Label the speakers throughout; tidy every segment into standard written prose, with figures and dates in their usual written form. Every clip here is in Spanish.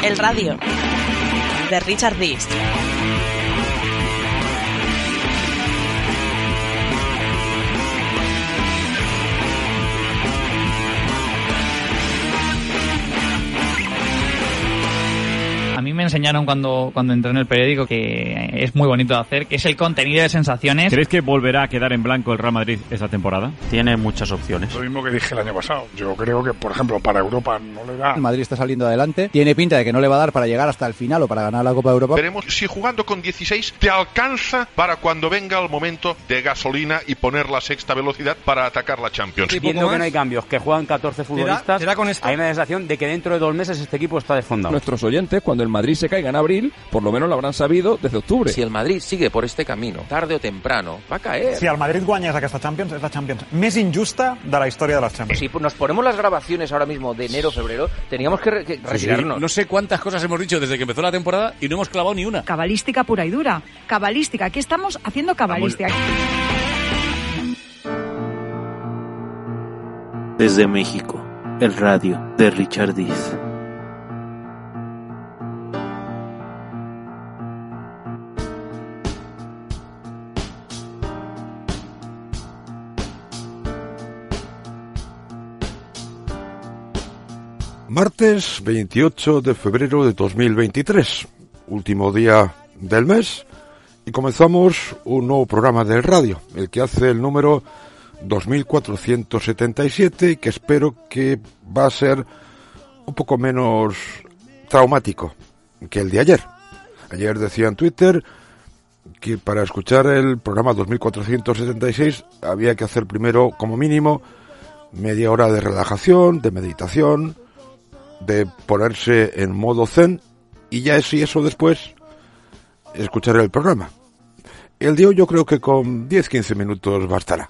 Speaker 1: El Radio, de Richard Dees.
Speaker 2: A mí me enseñaron cuando entré en el periódico que es muy bonito de hacer, que es el contenido de sensaciones.
Speaker 3: ¿Crees que volverá a quedar en blanco el Real Madrid esta temporada?
Speaker 4: Tiene muchas opciones.
Speaker 5: Lo mismo que dije el año pasado. Yo creo que, por ejemplo, para Europa no le da.
Speaker 6: El Madrid está saliendo adelante. Tiene pinta de que no le va a dar para llegar hasta el final o para ganar la Copa de Europa.
Speaker 7: Veremos si jugando con 16 te alcanza para cuando venga el momento de gasolina y poner la sexta velocidad para atacar la Champions.
Speaker 4: Viendo que no hay cambios, que juegan 14 futbolistas,
Speaker 8: ¿Será con esto?
Speaker 4: hay una sensación de que dentro de 2 meses este equipo está desfondado.
Speaker 9: Nuestros oyentes, cuando el Madrid se caiga en abril, por lo menos lo habrán sabido desde octubre.
Speaker 10: Si el Madrid sigue por este camino, tarde o temprano, va a caer.
Speaker 8: Si el Madrid guanya aquesta Champions, és la Champions més injusta de la història de les Champions.
Speaker 10: Si nos ponemos las grabaciones ahora mismo de enero, febrero, teníamos que retirarnos.
Speaker 11: No sé cuántas cosas hemos dicho desde que empezó la temporada y no hemos clavado ni una.
Speaker 12: Cabalística pura y dura. Cabalística. Aquí estamos haciendo cabalística.
Speaker 13: Desde México, el Radio, de Richard Dees.
Speaker 14: Martes 28 de febrero de 2023, último día del mes, y comenzamos un nuevo programa del radio, el que hace el número 2477 y que espero que va a ser un poco menos traumático que el de ayer. Ayer decía en Twitter que para escuchar el programa 2476 había que hacer primero, como mínimo, media hora de relajación, de meditación, de ponerse en modo zen, y ya si eso después escuchar el programa. El de hoy yo creo que con 10-15 minutos bastará.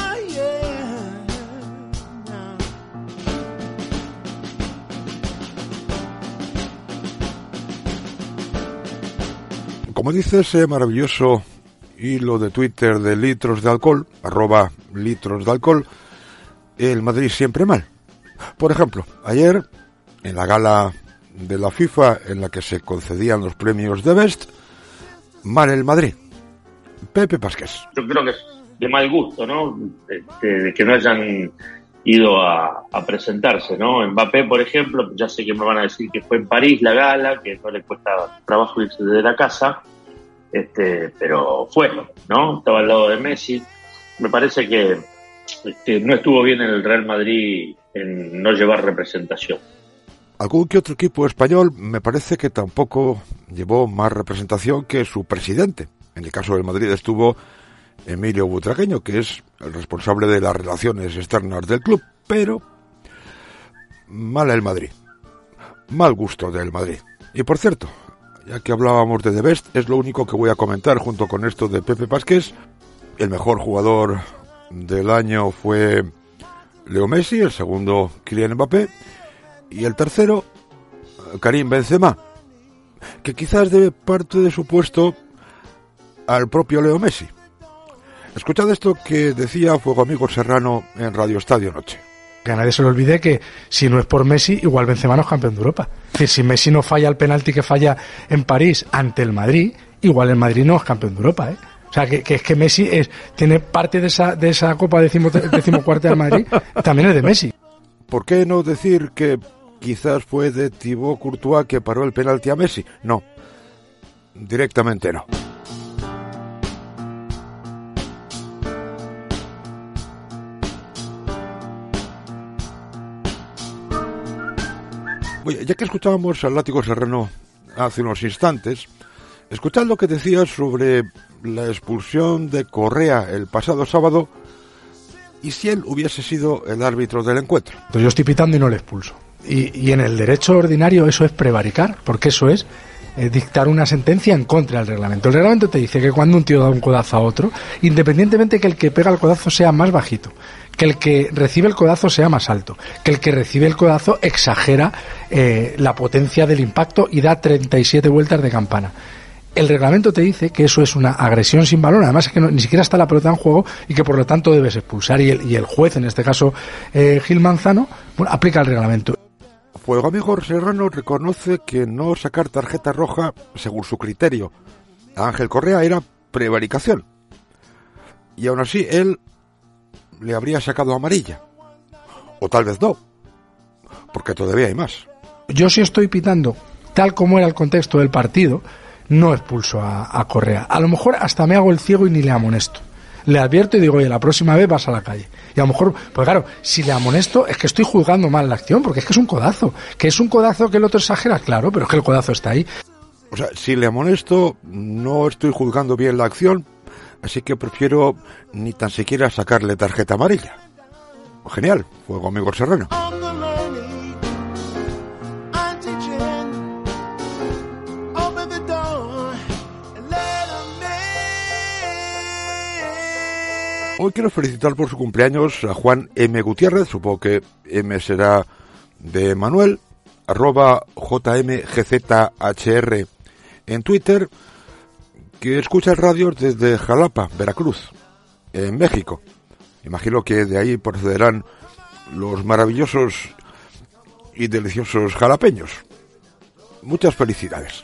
Speaker 14: Como dice ese maravilloso hilo de Twitter de litros de alcohol, @litros de alcohol, el Madrid siempre mal. Por ejemplo, ayer, en la gala de la FIFA en la que se concedían los premios de Best, mal el Madrid. Pepe Pasqués.
Speaker 15: Yo creo que es de mal gusto, ¿no? De que no hayan ido a presentarse, ¿no? Mbappé, por ejemplo, ya sé que me van a decir que fue en París la gala, que no le cuesta trabajo irse de la casa, pero fue, ¿no? Estaba al lado de Messi. Me parece que no estuvo bien en el Real Madrid en no llevar representación.
Speaker 14: Algún que otro equipo español me parece que tampoco llevó más representación que su presidente. En el caso del Madrid estuvo Emilio Butragueño, que es el responsable de las relaciones externas del club, pero mal el Madrid. Mal gusto del Madrid. Y por cierto, ya que hablábamos de The Best, es lo único que voy a comentar junto con esto de Pepe Pasqués. El mejor jugador del año fue Leo Messi, el segundo Kylian Mbappé, y el tercero, Karim Benzema, que quizás debe parte de su puesto al propio Leo Messi. Escuchad esto que decía Fuego Amigo Serrano en Radio Estadio Noche.
Speaker 16: Que a nadie se le olvide que si no es por Messi, igual Benzema no es campeón de Europa. Es decir, si Messi no falla el penalti que falla en París ante el Madrid, igual el Madrid no es campeón de Europa, ¿eh? O sea, que es que Messi tiene parte de esa Copa decimocuarta del Madrid, también es de Messi.
Speaker 14: ¿Por qué no decir que quizás fue de Thibaut Courtois que paró el penalti a Messi? No, directamente no. Oye, ya que escuchábamos al Látigo Serrano hace unos instantes, escuchad lo que decía sobre la expulsión de Correa el pasado sábado y si él hubiese sido el árbitro del encuentro.
Speaker 16: Entonces yo estoy pitando y no le expulso. Y en el derecho ordinario eso es prevaricar, porque eso es dictar una sentencia en contra del reglamento. El reglamento te dice que cuando un tío da un codazo a otro, independientemente que el que pega el codazo sea más bajito, que el que recibe el codazo sea más alto, que el que recibe el codazo exagera la potencia del impacto y da 37 vueltas de campana. El reglamento te dice que eso es una agresión sin balón, además es que ni siquiera está la pelota en juego y que por lo tanto debes expulsar, y el juez, en este caso Gil Manzano, bueno, aplica el reglamento.
Speaker 14: Fuego Amigo Serrano reconoce que no sacar tarjeta roja, según su criterio, a Ángel Correa era prevaricación. Y aún así él le habría sacado amarilla. O tal vez no, porque todavía hay más.
Speaker 16: Yo sí estoy pitando, tal como era el contexto del partido, no expulso a Correa. A lo mejor hasta me hago el ciego y ni le amonesto. Le advierto y digo, oye, la próxima vez vas a la calle. Y a lo mejor, pues claro, si le amonesto es que estoy juzgando mal la acción, porque es que es un codazo. Que es un codazo que el otro exagera, claro, pero es que el codazo está ahí.
Speaker 14: O sea, si le amonesto, no estoy juzgando bien la acción, así que prefiero ni tan siquiera sacarle tarjeta amarilla. Genial, Fuego Amigo Serrano. Hoy quiero felicitar por su cumpleaños a Juan M. Gutiérrez, supongo que M será de Manuel, @JMGZHR en Twitter, que escucha el radio desde Jalapa, Veracruz, en México. Imagino que de ahí procederán los maravillosos y deliciosos jalapeños. Muchas felicidades.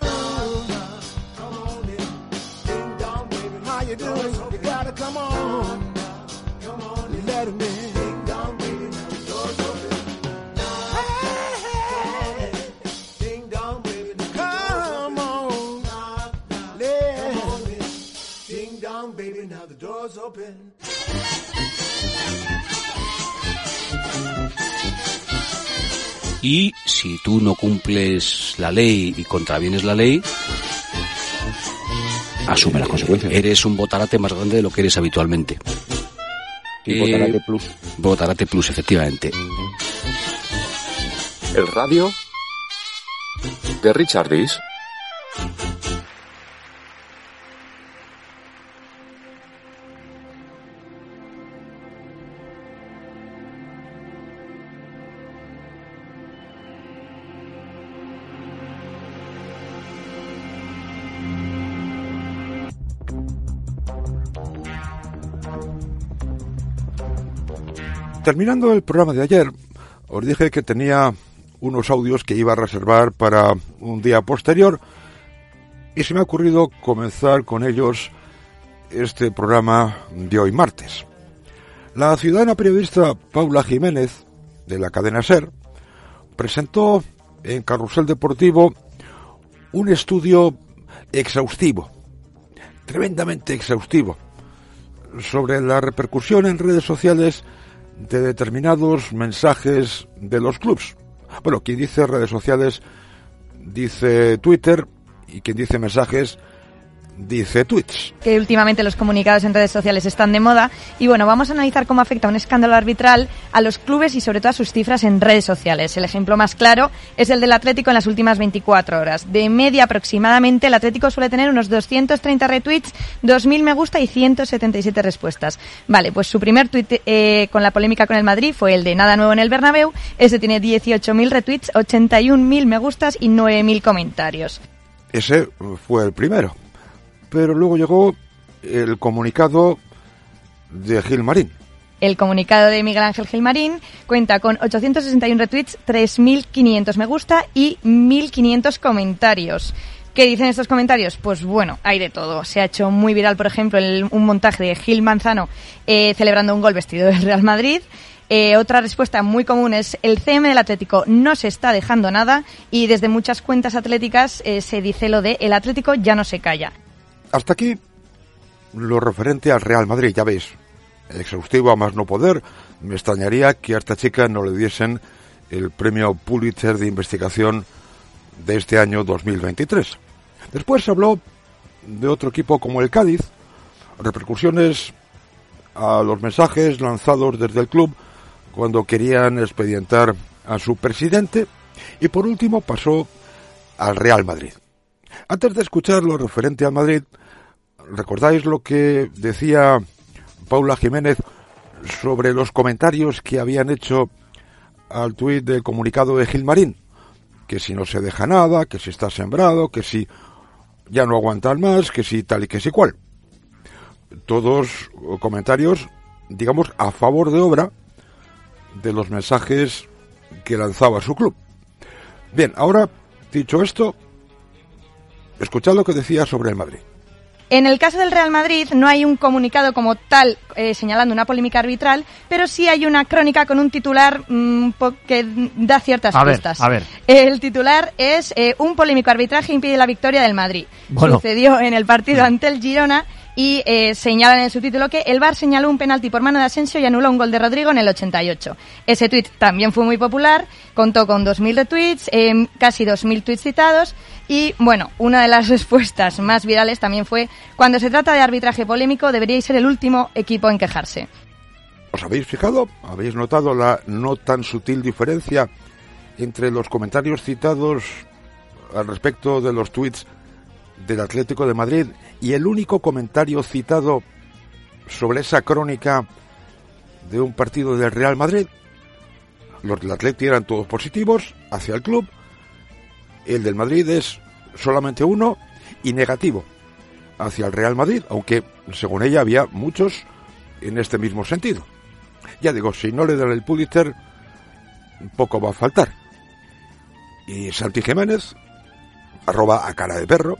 Speaker 11: Y si tú no cumples la ley y contravienes la ley, asume las consecuencias. Eres un botarate más grande de lo que eres habitualmente.
Speaker 9: Y Botarate Plus.
Speaker 11: Botarate Plus, efectivamente.
Speaker 9: El radio de Richard Dees.
Speaker 14: Terminando el programa de ayer, os dije que tenía unos audios que iba a reservar para un día posterior y se me ha ocurrido comenzar con ellos este programa de hoy martes. La ciudadana periodista Paula Jiménez, de la cadena SER, presentó en Carrusel Deportivo un estudio exhaustivo, tremendamente exhaustivo, sobre la repercusión en redes sociales de determinados mensajes de los clubs. Bueno, quien dice redes sociales dice Twitter y quien dice mensajes dice tweets.
Speaker 17: Que últimamente los comunicados en redes sociales están de moda y bueno, vamos a analizar cómo afecta un escándalo arbitral a los clubes y sobre todo a sus cifras en redes sociales. El ejemplo más claro es el del Atlético en las últimas 24 horas. De media aproximadamente el Atlético suele tener unos 230 retweets, 2.000 me gusta y 177 respuestas. Vale, pues su primer tuit con la polémica con el Madrid fue el de nada nuevo en el Bernabéu. Ese tiene 18.000 retweets, 81.000 me gustas y 9.000 comentarios.
Speaker 14: Ese fue el primero. Pero luego llegó el comunicado de Gilmarín.
Speaker 17: El comunicado de Miguel Ángel Gilmarín cuenta con 861 retweets, 3.500 me gusta y 1.500 comentarios. ¿Qué dicen estos comentarios? Pues bueno, hay de todo. Se ha hecho muy viral, por ejemplo, un montaje de Gil Manzano celebrando un gol vestido del Real Madrid. Otra respuesta muy común es el CM del Atlético no se está dejando nada y desde muchas cuentas atléticas se dice lo de el Atlético ya no se calla.
Speaker 14: Hasta aquí lo referente al Real Madrid, ya veis, exhaustivo a más no poder. Me extrañaría que a esta chica no le diesen el premio Pulitzer de investigación de este año 2023. Después se habló de otro equipo como el Cádiz, repercusiones a los mensajes lanzados desde el club cuando querían expedientar a su presidente y por último pasó al Real Madrid. Antes de escuchar lo referente al Madrid, ¿recordáis lo que decía Paula Jiménez sobre los comentarios que habían hecho al tuit del comunicado de Gilmarín? Que si no se deja nada, que si está sembrado, que si ya no aguantan más, que si tal y que si cual. Todos comentarios, digamos, a favor de obra de los mensajes que lanzaba su club. Bien, ahora, dicho esto, escuchad lo que decía sobre el Madrid.
Speaker 17: En el caso del Real Madrid no hay un comunicado como tal señalando una polémica arbitral, pero sí hay una crónica con un titular que da ciertas pistas.
Speaker 3: A ver.
Speaker 17: El titular es un polémico arbitraje impide la victoria del Madrid.
Speaker 3: Bueno.
Speaker 17: Sucedió en el partido ante el Girona y señalan en el subtítulo que el VAR señaló un penalti por mano de Asensio y anuló un gol de Rodrigo en el 88. Ese tuit también fue muy popular, contó con 2.000 retweets, casi 2.000 tweets citados y, bueno, una de las respuestas más virales también fue: cuando se trata de arbitraje polémico deberíais ser el último equipo en quejarse.
Speaker 14: ¿Os habéis fijado? ¿Habéis notado la no tan sutil diferencia entre los comentarios citados al respecto de los tweets del Atlético de Madrid y el único comentario citado sobre esa crónica de un partido del Real Madrid? Los del Atlético eran todos positivos hacia el club, el del Madrid es solamente uno y negativo hacia el Real Madrid, aunque según ella había muchos en este mismo sentido. Ya digo, si no le dan el Pulitzer, poco va a faltar. Y Santi Jiménez, @acaradeperro,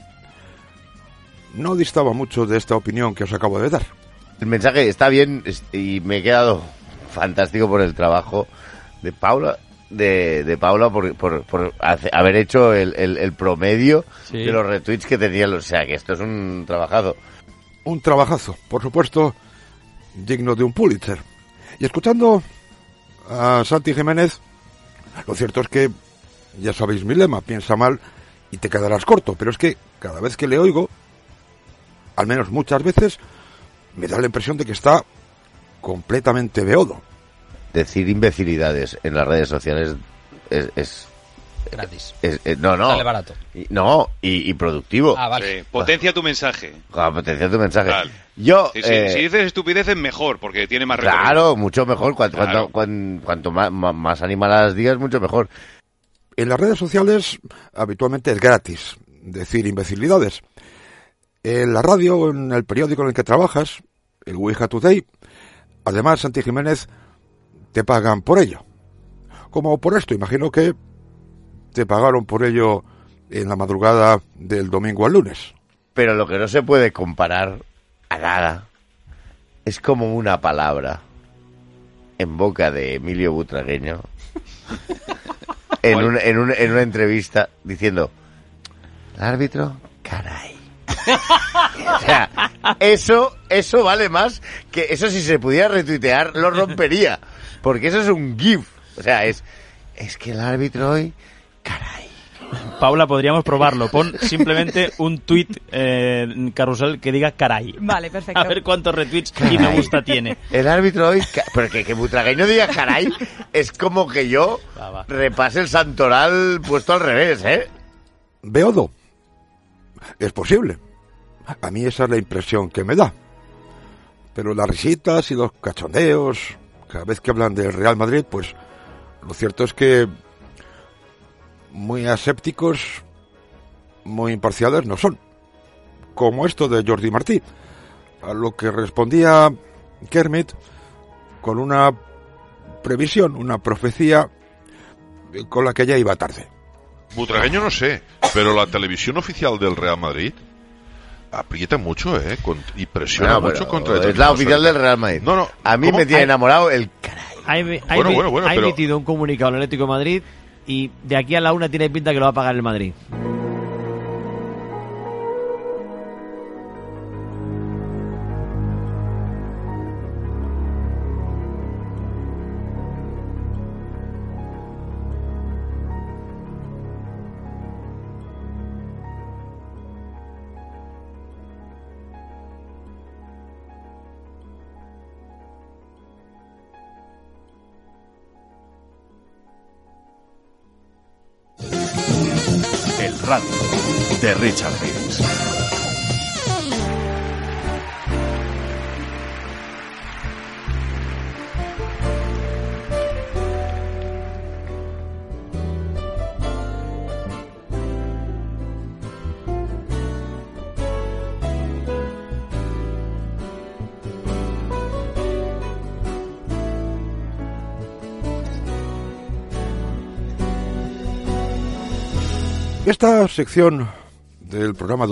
Speaker 14: no distaba mucho de esta opinión que os acabo de dar.
Speaker 18: El mensaje está bien y me he quedado fantástico por el trabajo de Paula, de Paula por haber hecho el promedio de los retweets que tenía. O sea, que esto es un trabajazo.
Speaker 14: Un trabajazo, por supuesto, digno de un Pulitzer. Y escuchando a Santi Jiménez, lo cierto es que, ya sabéis mi lema, piensa mal y te quedarás corto, pero es que cada vez que le oigo, al menos muchas veces, me da la impresión de que está completamente beodo.
Speaker 18: Decir imbecilidades en las redes sociales es
Speaker 19: gratis.
Speaker 18: No.
Speaker 19: Sale barato.
Speaker 18: Y productivo.
Speaker 19: Ah, vale.
Speaker 20: Sí, potencia tu mensaje.
Speaker 18: Potencia tu mensaje.
Speaker 20: Vale.
Speaker 18: Yo,
Speaker 20: si dices estupideces, mejor, porque tiene más recorrido.
Speaker 18: Claro, mucho mejor. Cuanto más animadas digas, mucho mejor.
Speaker 14: En las redes sociales habitualmente es gratis decir imbecilidades. En la radio o en el periódico en el que trabajas, el Ouija Today, además, Santi Jiménez, te pagan por ello. Como por esto, imagino que te pagaron por ello en la madrugada del domingo al lunes.
Speaker 18: Pero lo que no se puede comparar a nada es como una palabra en boca de Emilio Butragueño en una entrevista diciendo: el árbitro, caray. O sea, eso vale más que eso. Si se pudiera retuitear lo rompería, porque eso es un gif. O sea, es que el árbitro hoy, caray.
Speaker 3: Paula, podríamos probarlo. Pon simplemente un tuit en carrusel que diga caray.
Speaker 17: Vale, perfecto.
Speaker 3: A ver cuántos retweets y me gusta tiene.
Speaker 18: El árbitro hoy, pero que Butragueño diga caray es como que yo repase el santoral puesto al revés, ¿eh?
Speaker 14: Beodo. Es posible. A mí esa es la impresión que me da. Pero las risitas y los cachondeos, cada vez que hablan del Real Madrid, pues lo cierto es que muy asépticos, muy imparciales no son. Como esto de Jordi Martí, a lo que respondía Kermit con una previsión, una profecía con la que ya iba tarde.
Speaker 7: Butragueño no sé, pero la televisión oficial del Real Madrid aprieta mucho, y presiona mucho contra el...
Speaker 18: Es la oficial del Real Madrid.
Speaker 7: No.
Speaker 18: A mí me tiene enamorado el caray.
Speaker 3: Ha emitido un comunicado al Atlético de Madrid y de aquí a la 1 tiene pinta que lo va a pagar el Madrid.
Speaker 21: El radio de Richard Reeves.
Speaker 14: Esta sección del programa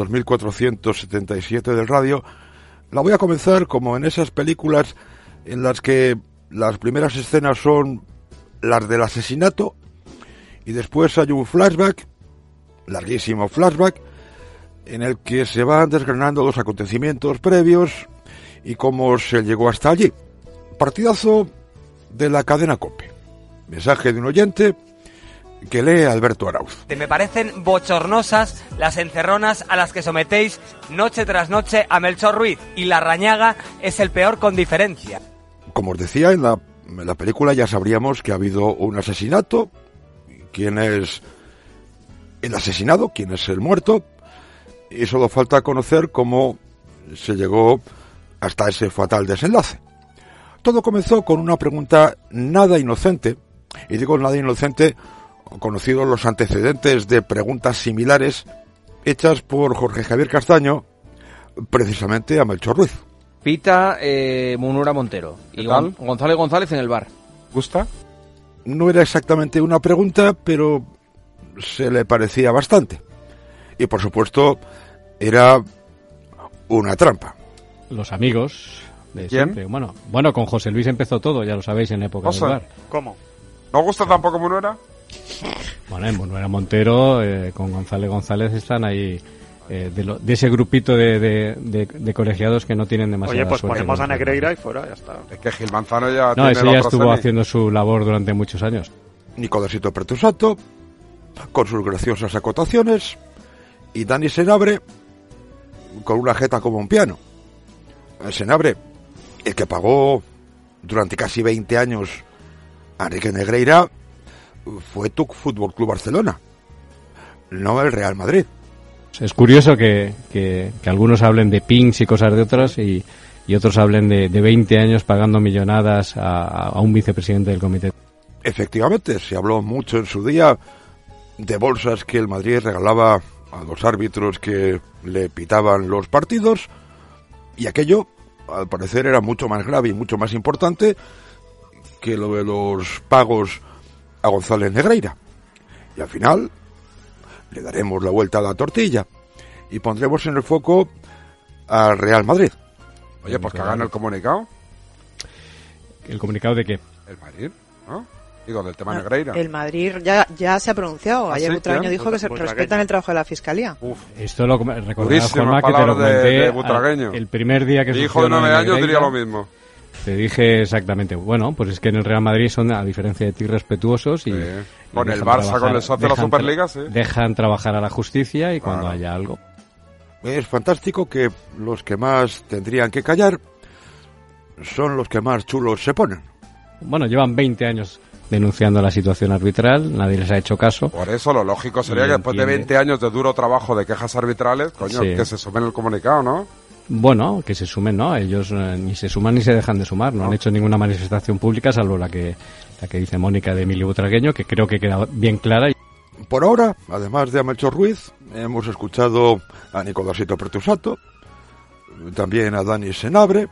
Speaker 14: 2477 del radio la voy a comenzar como en esas películas en las que las primeras escenas son las del asesinato y después hay un flashback, larguísimo flashback, en el que se van desgranando los acontecimientos previos y cómo se llegó hasta allí. Partidazo de la cadena COPE. Mensaje de un oyente que lee Alberto Arauz.
Speaker 19: Me parecen bochornosas las encerronas a las que sometéis noche tras noche a Melchor Ruiz, y Larrañaga es el peor con diferencia.
Speaker 14: Como os decía, en la película ya sabríamos que ha habido un asesinato, quién es el asesinado, quién es el muerto, y solo falta conocer cómo se llegó hasta ese fatal desenlace. Todo comenzó con una pregunta nada inocente, y digo nada inocente, conocidos los antecedentes de preguntas similares hechas por Jorge Javier Castaño, precisamente a Melchor Ruiz.
Speaker 10: Pita Munura Montero y González González en el bar.
Speaker 14: ¿Gusta? No era exactamente una pregunta, pero se le parecía bastante. Y por supuesto, era una trampa.
Speaker 22: Los amigos de siempre. Bueno, con José Luis empezó todo, ya lo sabéis, en época del bar.
Speaker 23: ¿Cómo? ¿No gusta tampoco Munera?
Speaker 22: Bueno, en Munera Montero, con González González están ahí, de ese grupito de colegiados que no tienen demasiada suerte.
Speaker 23: Oye, pues ponemos a Negreira y fuera, ya está. Es que Gil Manzano ya tiene
Speaker 22: ese ya estuvo haciendo su labor durante muchos años.
Speaker 14: Nicolásito Pertusato, con sus graciosas acotaciones, y Dani Senabre, con una jeta como un piano. Senabre, el que pagó durante casi 20 años a Enrique Negreira, fue tu Fútbol Club Barcelona, no el Real Madrid.
Speaker 22: Es curioso que algunos hablen de pings y cosas de otras y otros hablen de 20 años pagando millonadas a un vicepresidente del comité.
Speaker 14: Efectivamente, se habló mucho en su día de bolsas que el Madrid regalaba a los árbitros que le pitaban los partidos, y aquello, al parecer, era mucho más grave y mucho más importante que lo de los pagos a González Negreira. Y al final le daremos la vuelta a la tortilla y pondremos en el foco al Real Madrid.
Speaker 23: Oye, pues que hagan el comunicado.
Speaker 22: ¿El comunicado de qué?
Speaker 23: El Madrid, ¿no? Digo, del tema Negreira.
Speaker 24: El Madrid ya se ha pronunciado. Ayer Butragueño dijo que se respetan el trabajo de la Fiscalía.
Speaker 22: Esto lo recordarás, Juanma, que te lo comenté
Speaker 23: de Butragueño.
Speaker 22: El primer día que
Speaker 23: mi hijo de 9 años diría lo mismo.
Speaker 22: Te dije exactamente, bueno, pues es que en el Real Madrid son, a diferencia de ti, respetuosos y
Speaker 23: con el Barça, con el socio de la Superliga, sí.
Speaker 22: Dejan trabajar a la justicia y cuando haya algo.
Speaker 14: Es fantástico que los que más tendrían que callar son los que más chulos se ponen.
Speaker 22: Bueno, llevan 20 años denunciando la situación arbitral, nadie les ha hecho caso.
Speaker 23: Por eso lo lógico sería que después de 20 años de duro trabajo de quejas arbitrales, coño, que se sumen el comunicado, ¿no?
Speaker 22: Bueno, que se sumen, ¿no? Ellos ni se suman ni se dejan de sumar, no han hecho ninguna manifestación pública, salvo la que dice Mónica de Emilio Butragueño, que creo que queda bien clara.
Speaker 14: Por ahora, además de a Melchor Ruiz, hemos escuchado a Nicolásito Pertusato, también a Dani Senabre,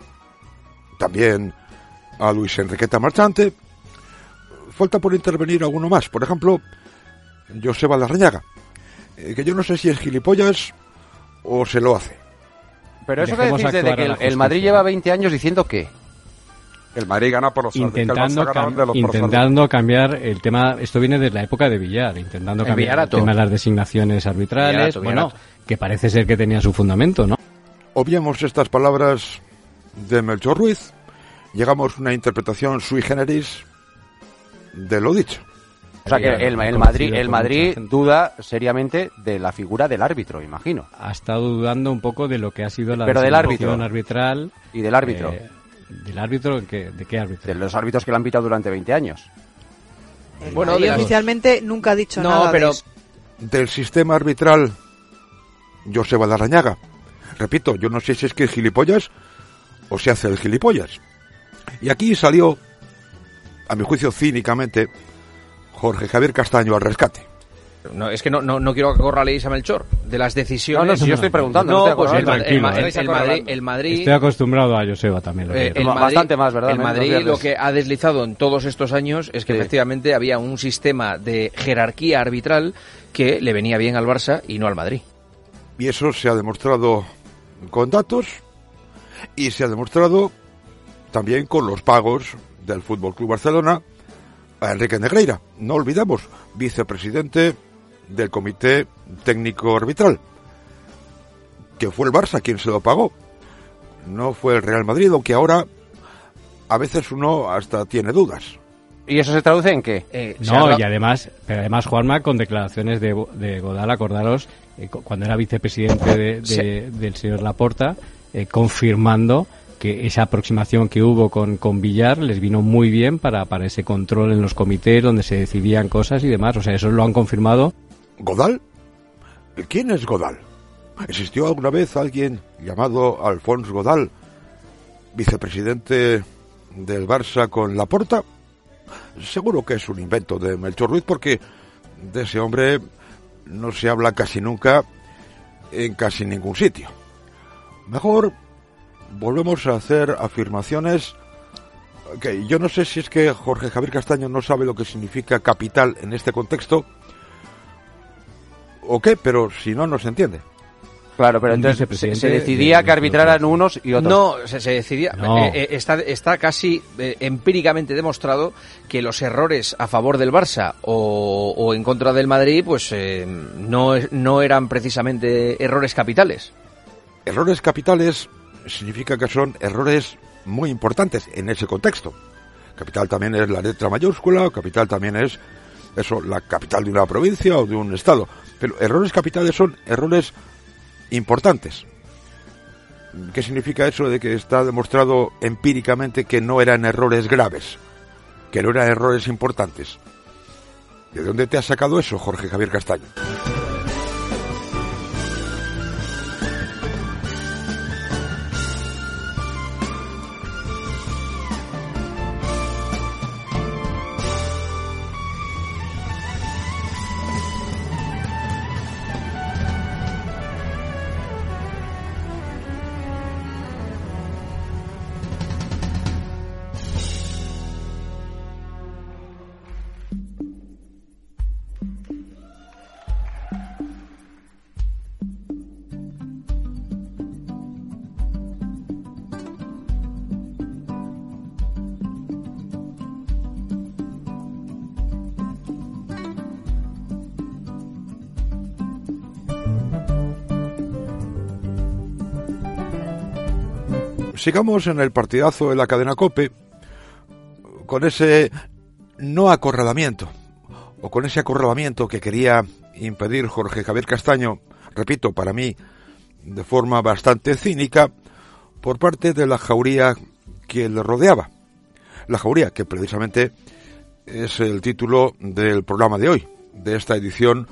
Speaker 14: también a Luis Enriqueta Marchante. Falta por intervenir alguno más, por ejemplo, Joseba Larrañaga, que yo no sé si es gilipollas o se lo hace.
Speaker 10: Pero eso que decís de que el Madrid lleva 20 años diciendo que
Speaker 23: el Madrid gana por los
Speaker 22: intentando cambiar el tema. Esto viene de la época de Villar, intentando cambiar el tema de las designaciones arbitrales. Bueno, que parece ser que tenía su fundamento, ¿no?
Speaker 14: Obviamos estas palabras de Melchor Ruiz, llegamos a una interpretación sui generis de lo dicho.
Speaker 10: O sea que el Madrid duda seriamente de la figura del árbitro, imagino.
Speaker 22: Ha estado dudando un poco de lo que ha sido la
Speaker 10: designación
Speaker 22: arbitral.
Speaker 10: ¿Y del árbitro?
Speaker 22: ¿Del árbitro? ¿De qué árbitro?
Speaker 10: De los árbitros que le han pitado durante 20 años.
Speaker 24: Bueno, oficialmente nunca ha dicho nada de eso.
Speaker 14: Del sistema arbitral, Joseba Larrañaga. Repito, yo no sé si es que es gilipollas o se hace el gilipollas. Y aquí salió, a mi juicio cínicamente, Jorge Javier Castaño al rescate.
Speaker 1: No, es que no quiero que acorraléis a Melchor de las decisiones.
Speaker 10: No, si yo estoy preguntando.
Speaker 1: Pues
Speaker 22: el Madrid... Estoy acostumbrado a Joseba también.
Speaker 10: Bastante más, ¿verdad?
Speaker 1: El Madrid lo que ha deslizado en todos estos años es que efectivamente había un sistema de jerarquía arbitral que le venía bien al Barça y no al Madrid.
Speaker 14: Y eso se ha demostrado con datos y se ha demostrado también con los pagos del Fútbol Club Barcelona a Enrique Negreira. No olvidemos, vicepresidente del Comité Técnico Arbitral, que fue el Barça quien se lo pagó. No fue el Real Madrid, aunque ahora a veces uno hasta tiene dudas.
Speaker 10: ¿Y eso se traduce en qué?
Speaker 22: Y además Juanma, con declaraciones de Godal, acordaros, cuando era vicepresidente del señor Laporta, confirmando que esa aproximación que hubo con Villar les vino muy bien para ese control en los comités donde se decidían cosas y demás. O sea, eso lo han confirmado.
Speaker 14: ¿Godal? ¿Quién es Godal? ¿Existió alguna vez alguien llamado Alphonse Godal, vicepresidente del Barça con Laporta? Seguro que es un invento de Melchor Ruiz, porque de ese hombre no se habla casi nunca en casi ningún sitio. Mejor volvemos a hacer afirmaciones que yo no sé si es que Jorge Javier Castaño no sabe lo que significa capital en este contexto o qué, pero si no se entiende.
Speaker 10: Claro, pero entonces se decidía que arbitraran unos y otros.
Speaker 1: No, se decidía. No. Está casi empíricamente demostrado que los errores a favor del Barça o en contra del Madrid, pues no eran precisamente errores capitales.
Speaker 14: Errores capitales significa que son errores muy importantes en ese contexto. Capital también es la letra mayúscula, capital también es eso, la capital de una provincia o de un estado. Pero errores capitales son errores importantes. ¿Qué significa eso de que está demostrado empíricamente que no eran errores graves, que no eran errores importantes? ¿De dónde te has sacado eso, Jorge Javier Castaño? Sigamos en el partidazo de la cadena COPE con ese no acorralamiento, o con ese acorralamiento que quería impedir Jorge Javier Castaño, repito, para mí de forma bastante cínica, por parte de la jauría que le rodeaba. La jauría, que precisamente es el título del programa de hoy, de esta edición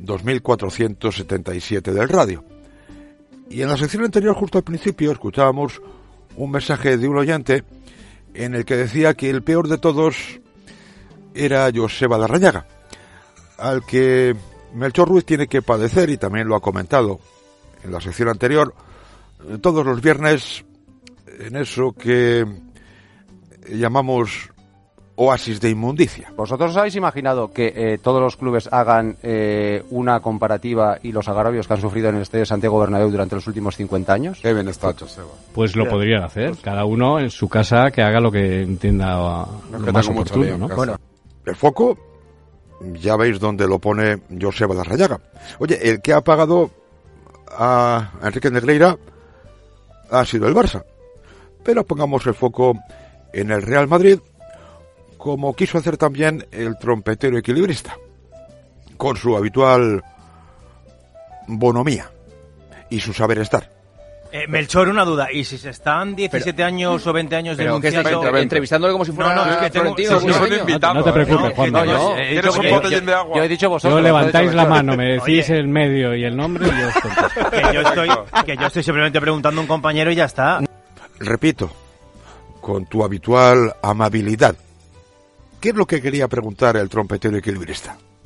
Speaker 14: 2477 del radio. Y en la sección anterior, justo al principio, escuchábamos un mensaje de un oyente en el que decía que el peor de todos era Joseba Larrañaga, al que Melchor Ruiz tiene que padecer, y también lo ha comentado en la sección anterior, todos los viernes en eso que llamamos oasis de inmundicia.
Speaker 10: ¿Vosotros os habéis imaginado que todos los clubes hagan una comparativa y los agravios que han sufrido en el Estadio Santiago Bernabéu durante los últimos 50 años?
Speaker 23: Qué bien está, Joseba.
Speaker 22: Pues lo podrían hacer, cada uno en su casa que haga lo que entienda lo más oportuno, ¿no?
Speaker 14: Bueno, el foco, ya veis dónde lo pone Joseba Larrañaga. Oye, el que ha pagado a Enrique Negreira ha sido el Barça. Pero pongamos el foco en el Real Madrid, como quiso hacer también el trompetero equilibrista, con su habitual bonomía y su saber estar.
Speaker 2: Melchor, una duda, ¿y si se están 17 años o 20 años denunciando?
Speaker 1: Entrevistándole como si fuera
Speaker 2: Florentino.
Speaker 22: No te preocupes, Juan.
Speaker 10: Yo he dicho vosotros.
Speaker 22: Yo levantáis la mano, me decís el medio y el nombre y yo os contesto.
Speaker 2: que yo estoy simplemente preguntando a un compañero y ya está.
Speaker 14: Repito, con tu habitual amabilidad, ¿qué es lo que quería preguntar el trompetero equilibrista?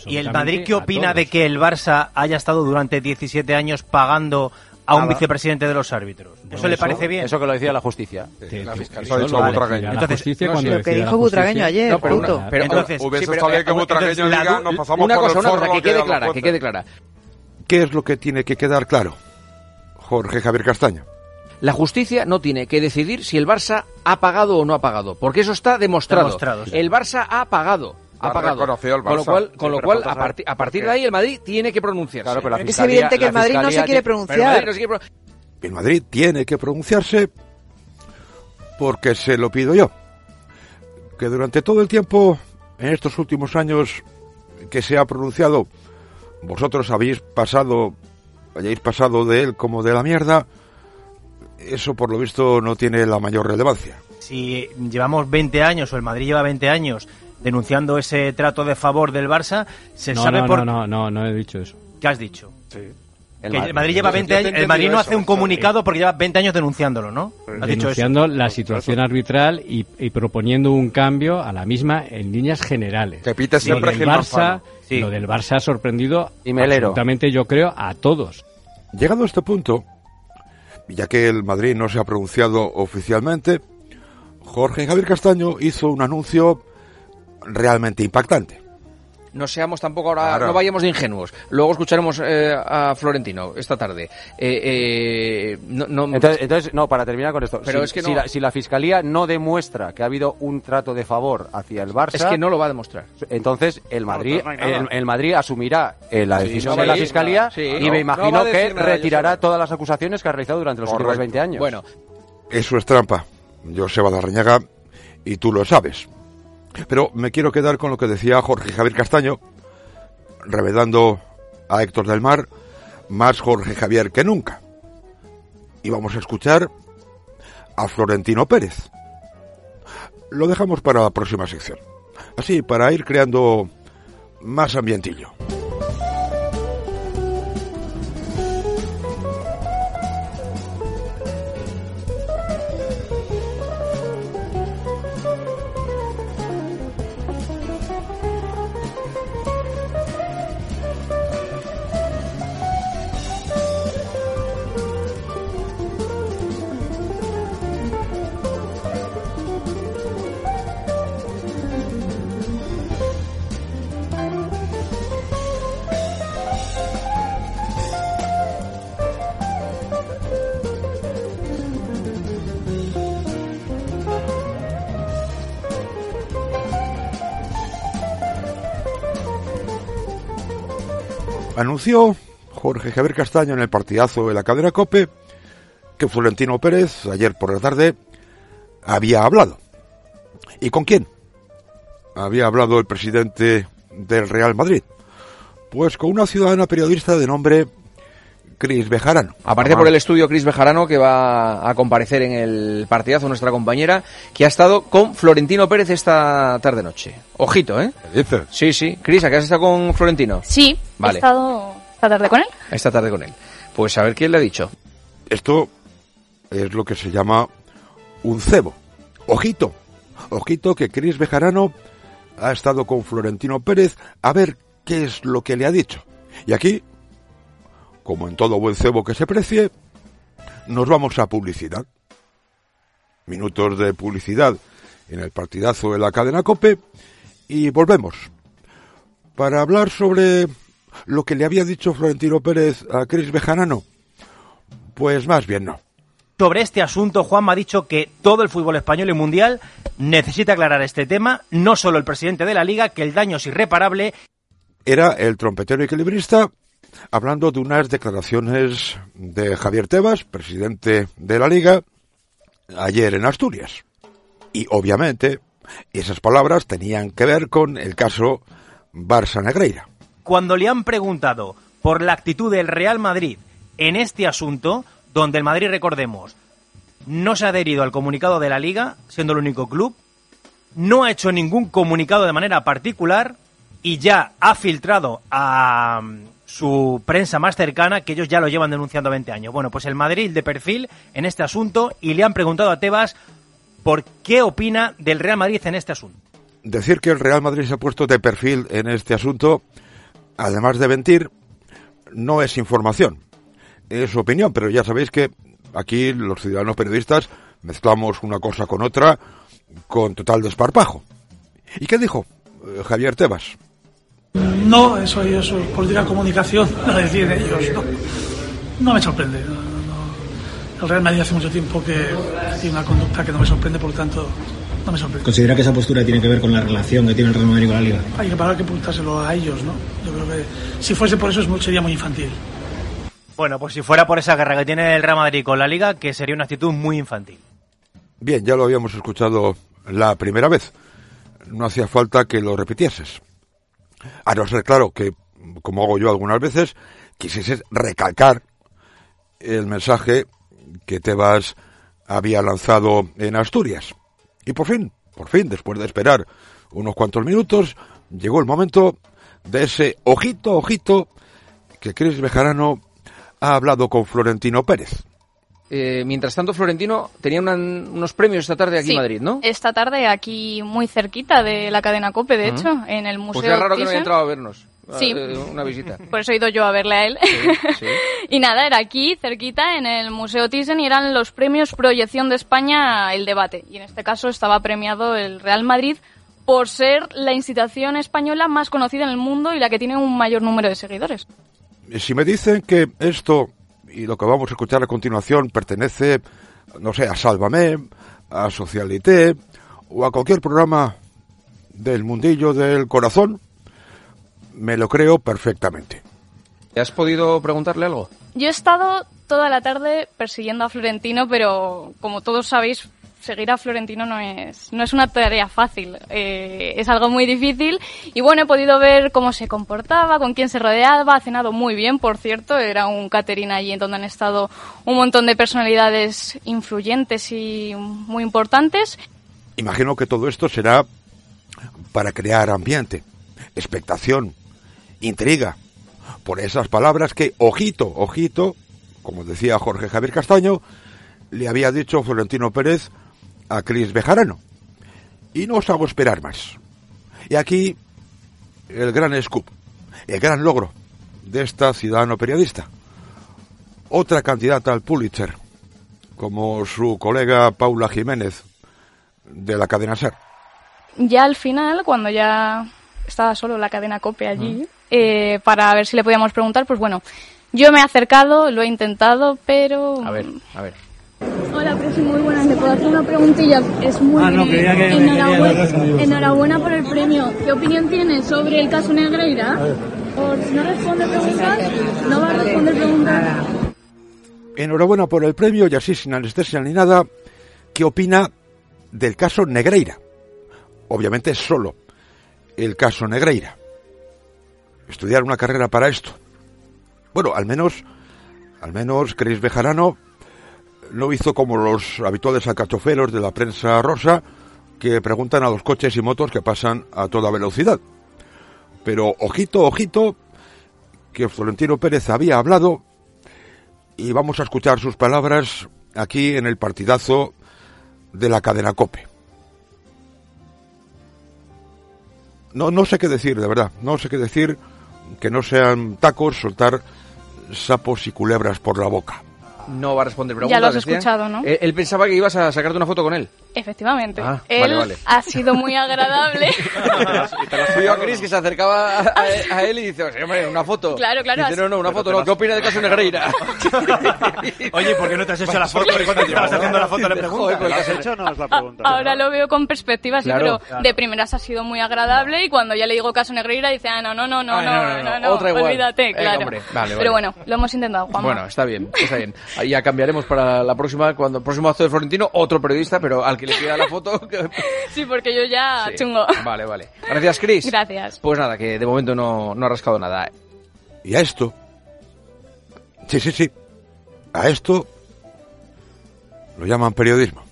Speaker 2: ¿Y el Madrid qué opina de que el Barça haya estado durante 17 años pagando a un vicepresidente de los árbitros? ¿Eso le parece bien?
Speaker 10: Eso que lo decía la justicia.
Speaker 23: La fiscalía. Eso ha dicho Butragueño.
Speaker 10: Entonces,
Speaker 24: lo que dijo Butragueño ayer.
Speaker 1: No, pero
Speaker 23: entonces, hubiese estado bien que Butragueño diga, nos pasamos
Speaker 1: una
Speaker 23: por
Speaker 1: cosa,
Speaker 23: el forro
Speaker 1: que quede clara.
Speaker 14: ¿Qué es lo que tiene que quedar claro, Jorge Javier Castaño?
Speaker 1: La justicia no tiene que decidir si el Barça ha pagado o no ha pagado, porque eso está demostrado. Sí. El Barça ha pagado. Con lo cual a partir de ahí el Madrid tiene que pronunciarse.
Speaker 24: Claro, pero es evidente que el Madrid no se quiere pronunciar.
Speaker 14: El Madrid tiene que pronunciarse porque se lo pido yo. Que durante todo el tiempo, en estos últimos años que se ha pronunciado, vosotros hayáis pasado de él como de la mierda, eso por lo visto no tiene la mayor relevancia.
Speaker 2: Si llevamos 20 años, o el Madrid lleva 20 años denunciando ese trato de favor del Barça,
Speaker 22: No he dicho eso.
Speaker 2: ¿Qué has dicho?
Speaker 23: Sí.
Speaker 2: El Madrid lleva 20 años, el Madrid no hace un comunicado porque lleva 20 años denunciándolo, ¿no?
Speaker 22: Denunciando la situación arbitral y proponiendo un cambio a la misma en líneas generales.
Speaker 23: Que pite siempre Gil Manzano.
Speaker 22: Lo del Barça ha sorprendido absolutamente, yo creo, a todos.
Speaker 14: Llegado a este punto, ya que el Madrid no se ha pronunciado oficialmente, Jorge Javier Castaño hizo un anuncio realmente impactante.
Speaker 1: No seamos tampoco ahora, no vayamos de ingenuos. Luego escucharemos a Florentino esta tarde.
Speaker 10: Entonces, para terminar con esto,
Speaker 1: pero
Speaker 10: si la Fiscalía no demuestra que ha habido un trato de favor hacia el Barça...
Speaker 1: Es que no lo va a demostrar.
Speaker 10: Entonces el Madrid el Madrid asumirá la decisión de la Fiscalía y me imagino que retirará todas las acusaciones que ha realizado durante los últimos 20 años.
Speaker 1: Bueno,
Speaker 14: eso es trampa, Joseba Larrañaga, y tú lo sabes. Pero me quiero quedar con lo que decía Jorge Javier Castaño, revelando a Héctor del Mar, más Jorge Javier que nunca. Y vamos a escuchar a Florentino Pérez. Lo dejamos para la próxima sección. Así, para ir creando más ambientillo. Anunció Jorge Javier Castaño en el partidazo de la cadena COPE que Florentino Pérez, ayer por la tarde, había hablado. ¿Y con quién? Había hablado el presidente del Real Madrid. Pues con una ciudadana periodista de nombre Cris Bejarano.
Speaker 1: Aparece por el estudio Cris Bejarano, que va a comparecer en el partidazo, nuestra compañera, que ha estado con Florentino Pérez esta tarde-noche. Ojito, ¿eh?
Speaker 23: ¿Qué dices?
Speaker 1: Sí. Cris, ¿a qué has estado con Florentino?
Speaker 4: Sí,
Speaker 1: vale.
Speaker 4: He estado esta tarde con él.
Speaker 1: Esta tarde con él. Pues a ver quién le ha dicho.
Speaker 14: Esto es lo que se llama un cebo. Ojito que Cris Bejarano ha estado con Florentino Pérez a ver qué es lo que le ha dicho. Y aquí, como en todo buen cebo que se precie, nos vamos a publicidad. Minutos de publicidad en el partidazo de la cadena COPE y volvemos para hablar sobre lo que le había dicho Florentino Pérez a Cris Bejarano. Pues más bien no.
Speaker 2: Sobre este asunto, Juanma ha dicho que todo el fútbol español y mundial necesita aclarar este tema, no solo el presidente de la Liga, que el daño es irreparable.
Speaker 14: Era el trompetero equilibrista hablando de unas declaraciones de Javier Tebas, presidente de la Liga, ayer en Asturias. Y obviamente esas palabras tenían que ver con el caso Barça-Negreira.
Speaker 2: Cuando le han preguntado por la actitud del Real Madrid en este asunto, donde el Madrid, recordemos, no se ha adherido al comunicado de la Liga, siendo el único club, no ha hecho ningún comunicado de manera particular y ya ha filtrado a su prensa más cercana que ellos ya lo llevan denunciando 20 años. Bueno, pues el Madrid de perfil en este asunto y le han preguntado a Tebas por qué opina del Real Madrid en este asunto.
Speaker 14: Decir que el Real Madrid se ha puesto de perfil en este asunto además de mentir, no es información, es opinión, pero ya sabéis que aquí los ciudadanos periodistas mezclamos una cosa con otra con total desparpajo. ¿Y qué dijo Javier Tebas?
Speaker 5: No, eso es política de comunicación, lo deciden ellos. No me sorprende. El Real Madrid hace mucho tiempo que tiene una conducta que no me sorprende, por lo tanto, no me sorprende.
Speaker 6: ¿Considera que esa postura tiene que ver con la relación que tiene el Real Madrid con la Liga?
Speaker 5: Hay que parar que preguntárselo a ellos, ¿no? Yo creo que si fuese por eso sería muy infantil.
Speaker 2: Bueno, pues si fuera por esa guerra que tiene el Real Madrid con la Liga, que sería una actitud muy infantil.
Speaker 14: Bien, ya lo habíamos escuchado la primera vez. No hacía falta que lo repitieses. A no ser, claro, que, como hago yo algunas veces, quisieses recalcar el mensaje que Tebas había lanzado en Asturias. Y por fin, después de esperar unos cuantos minutos, llegó el momento de ese ojito que Cris Bejarano ha hablado con Florentino Pérez.
Speaker 1: Mientras tanto, Florentino tenía unos premios esta tarde aquí en Madrid, ¿no?
Speaker 4: Esta tarde aquí muy cerquita de la cadena COPE, de hecho, en el Museo
Speaker 1: Pues es raro
Speaker 4: Thyssen.
Speaker 1: que no haya entrado a vernos.
Speaker 4: Sí.
Speaker 1: Una visita.
Speaker 4: Por eso he ido yo a verle a él.
Speaker 1: Sí.
Speaker 4: Y nada, era aquí, cerquita, en el Museo Thyssen, y eran los premios Proyección de España, el debate. Y en este caso estaba premiado el Real Madrid por ser la institución española más conocida en el mundo y la que tiene un mayor número de seguidores.
Speaker 14: Si me dicen que esto y lo que vamos a escuchar a continuación pertenece, no sé, a Sálvame, a Socialité o a cualquier programa del mundillo del corazón, me lo creo perfectamente.
Speaker 1: ¿Has podido preguntarle algo?
Speaker 4: Yo he estado toda la tarde persiguiendo a Florentino, pero como todos sabéis, seguir a Florentino no es una tarea fácil, es algo muy difícil. Y bueno, he podido ver cómo se comportaba, con quién se rodeaba, ha cenado muy bien, por cierto, era un catering allí en donde han estado un montón de personalidades influyentes y muy importantes.
Speaker 14: Imagino que todo esto será para crear ambiente, expectación, intriga, por esas palabras que, ojito, como decía Jorge Javier Castaño, le había dicho Florentino Pérez a Cris Bejarano. Y no os hago esperar más. Y aquí el gran scoop, el gran logro de esta ciudadano periodista. Otra candidata al Pulitzer, como su colega Paula Jiménez, de la cadena SER.
Speaker 4: Ya al final, cuando ya estaba solo la cadena COPE allí, para ver si le podíamos preguntar, pues bueno, yo me he acercado, lo he intentado, pero...
Speaker 1: A ver.
Speaker 8: Hola, Presi, muy buenas. ¿Le puedo hacer una preguntilla? Es muy enhorabuena por el premio. ¿Qué opinión tiene sobre el caso Negreira? O si no responde preguntas, no va a responder preguntas.
Speaker 14: Enhorabuena por el premio y así sin anestesia ni nada. ¿Qué opina del caso Negreira? Obviamente solo el caso Negreira. Estudiar una carrera para esto. Bueno, al menos Cris Bejarano no hizo como los habituales alcachoferos de la prensa rosa que preguntan a los coches y motos que pasan a toda velocidad. Pero ojito, que Florentino Pérez había hablado y vamos a escuchar sus palabras aquí en el partidazo de la cadena COPE. No sé qué decir, de verdad, no sé qué decir que no sean tacos, soltar sapos y culebras por la boca.
Speaker 1: No va a responder preguntas.
Speaker 4: Ya lo has escuchado, ¿no?
Speaker 1: Él pensaba que ibas a sacarte una foto con él.
Speaker 4: Efectivamente.
Speaker 1: Él
Speaker 4: vale. Ha sido muy agradable.
Speaker 1: Te lo subió a Cris, que se acercaba a él y dice, hombre, una foto.
Speaker 4: Claro.
Speaker 1: Dice, no, una foto no. ¿Qué opina del caso Negreira?
Speaker 2: Oye, ¿por qué no te has hecho la foto? Cuando te estabas haciendo la foto le preguntas.
Speaker 12: ¿Lo has hecho o no es la pregunta?
Speaker 4: Ahora lo veo con perspectiva, sí,
Speaker 1: claro.
Speaker 4: pero de primeras ha sido muy agradable y cuando ya le digo caso Negreira dice, no,
Speaker 1: otra igual.
Speaker 4: Olvídate, claro.
Speaker 1: Hombre, vale.
Speaker 4: Pero bueno, lo hemos intentado, Juanma.
Speaker 1: Bueno, está bien. Ahí ya cambiaremos para la próxima, cuando el próximo acto de Florentino, otro periodista, pero al que le pida la foto...
Speaker 4: Sí, porque yo ya chungo.
Speaker 1: Vale. Gracias, Cris.
Speaker 4: Gracias.
Speaker 1: Pues nada, que de momento no ha rascado nada.
Speaker 14: Y a esto... Sí. A esto... lo llaman periodismo.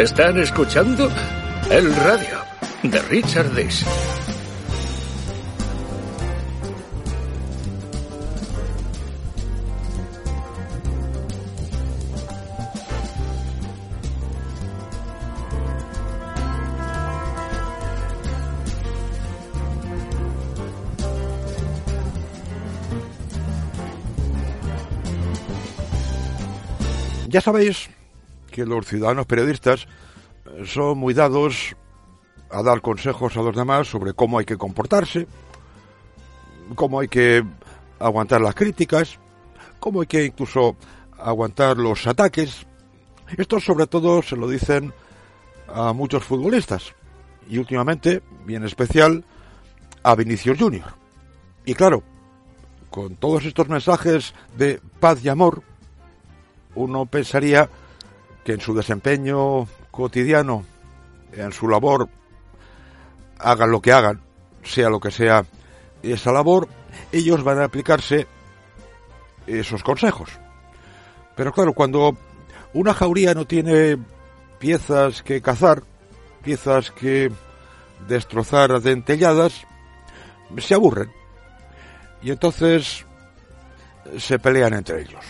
Speaker 12: Están escuchando El Radio de Richard Dees.
Speaker 14: Ya sabéis que los ciudadanos periodistas son muy dados a dar consejos a los demás sobre cómo hay que comportarse, cómo hay que aguantar las críticas, cómo hay que incluso aguantar los ataques. Esto sobre todo se lo dicen a muchos futbolistas y últimamente, y en especial, a Vinicius Junior. Y claro, con todos estos mensajes de paz y amor, uno pensaría que en su desempeño cotidiano, en su labor, hagan lo que hagan, sea lo que sea esa labor, ellos van a aplicarse esos consejos. Pero claro, cuando una jauría no tiene piezas que cazar, piezas que destrozar dentelladas, se aburren. Y entonces se pelean entre ellos.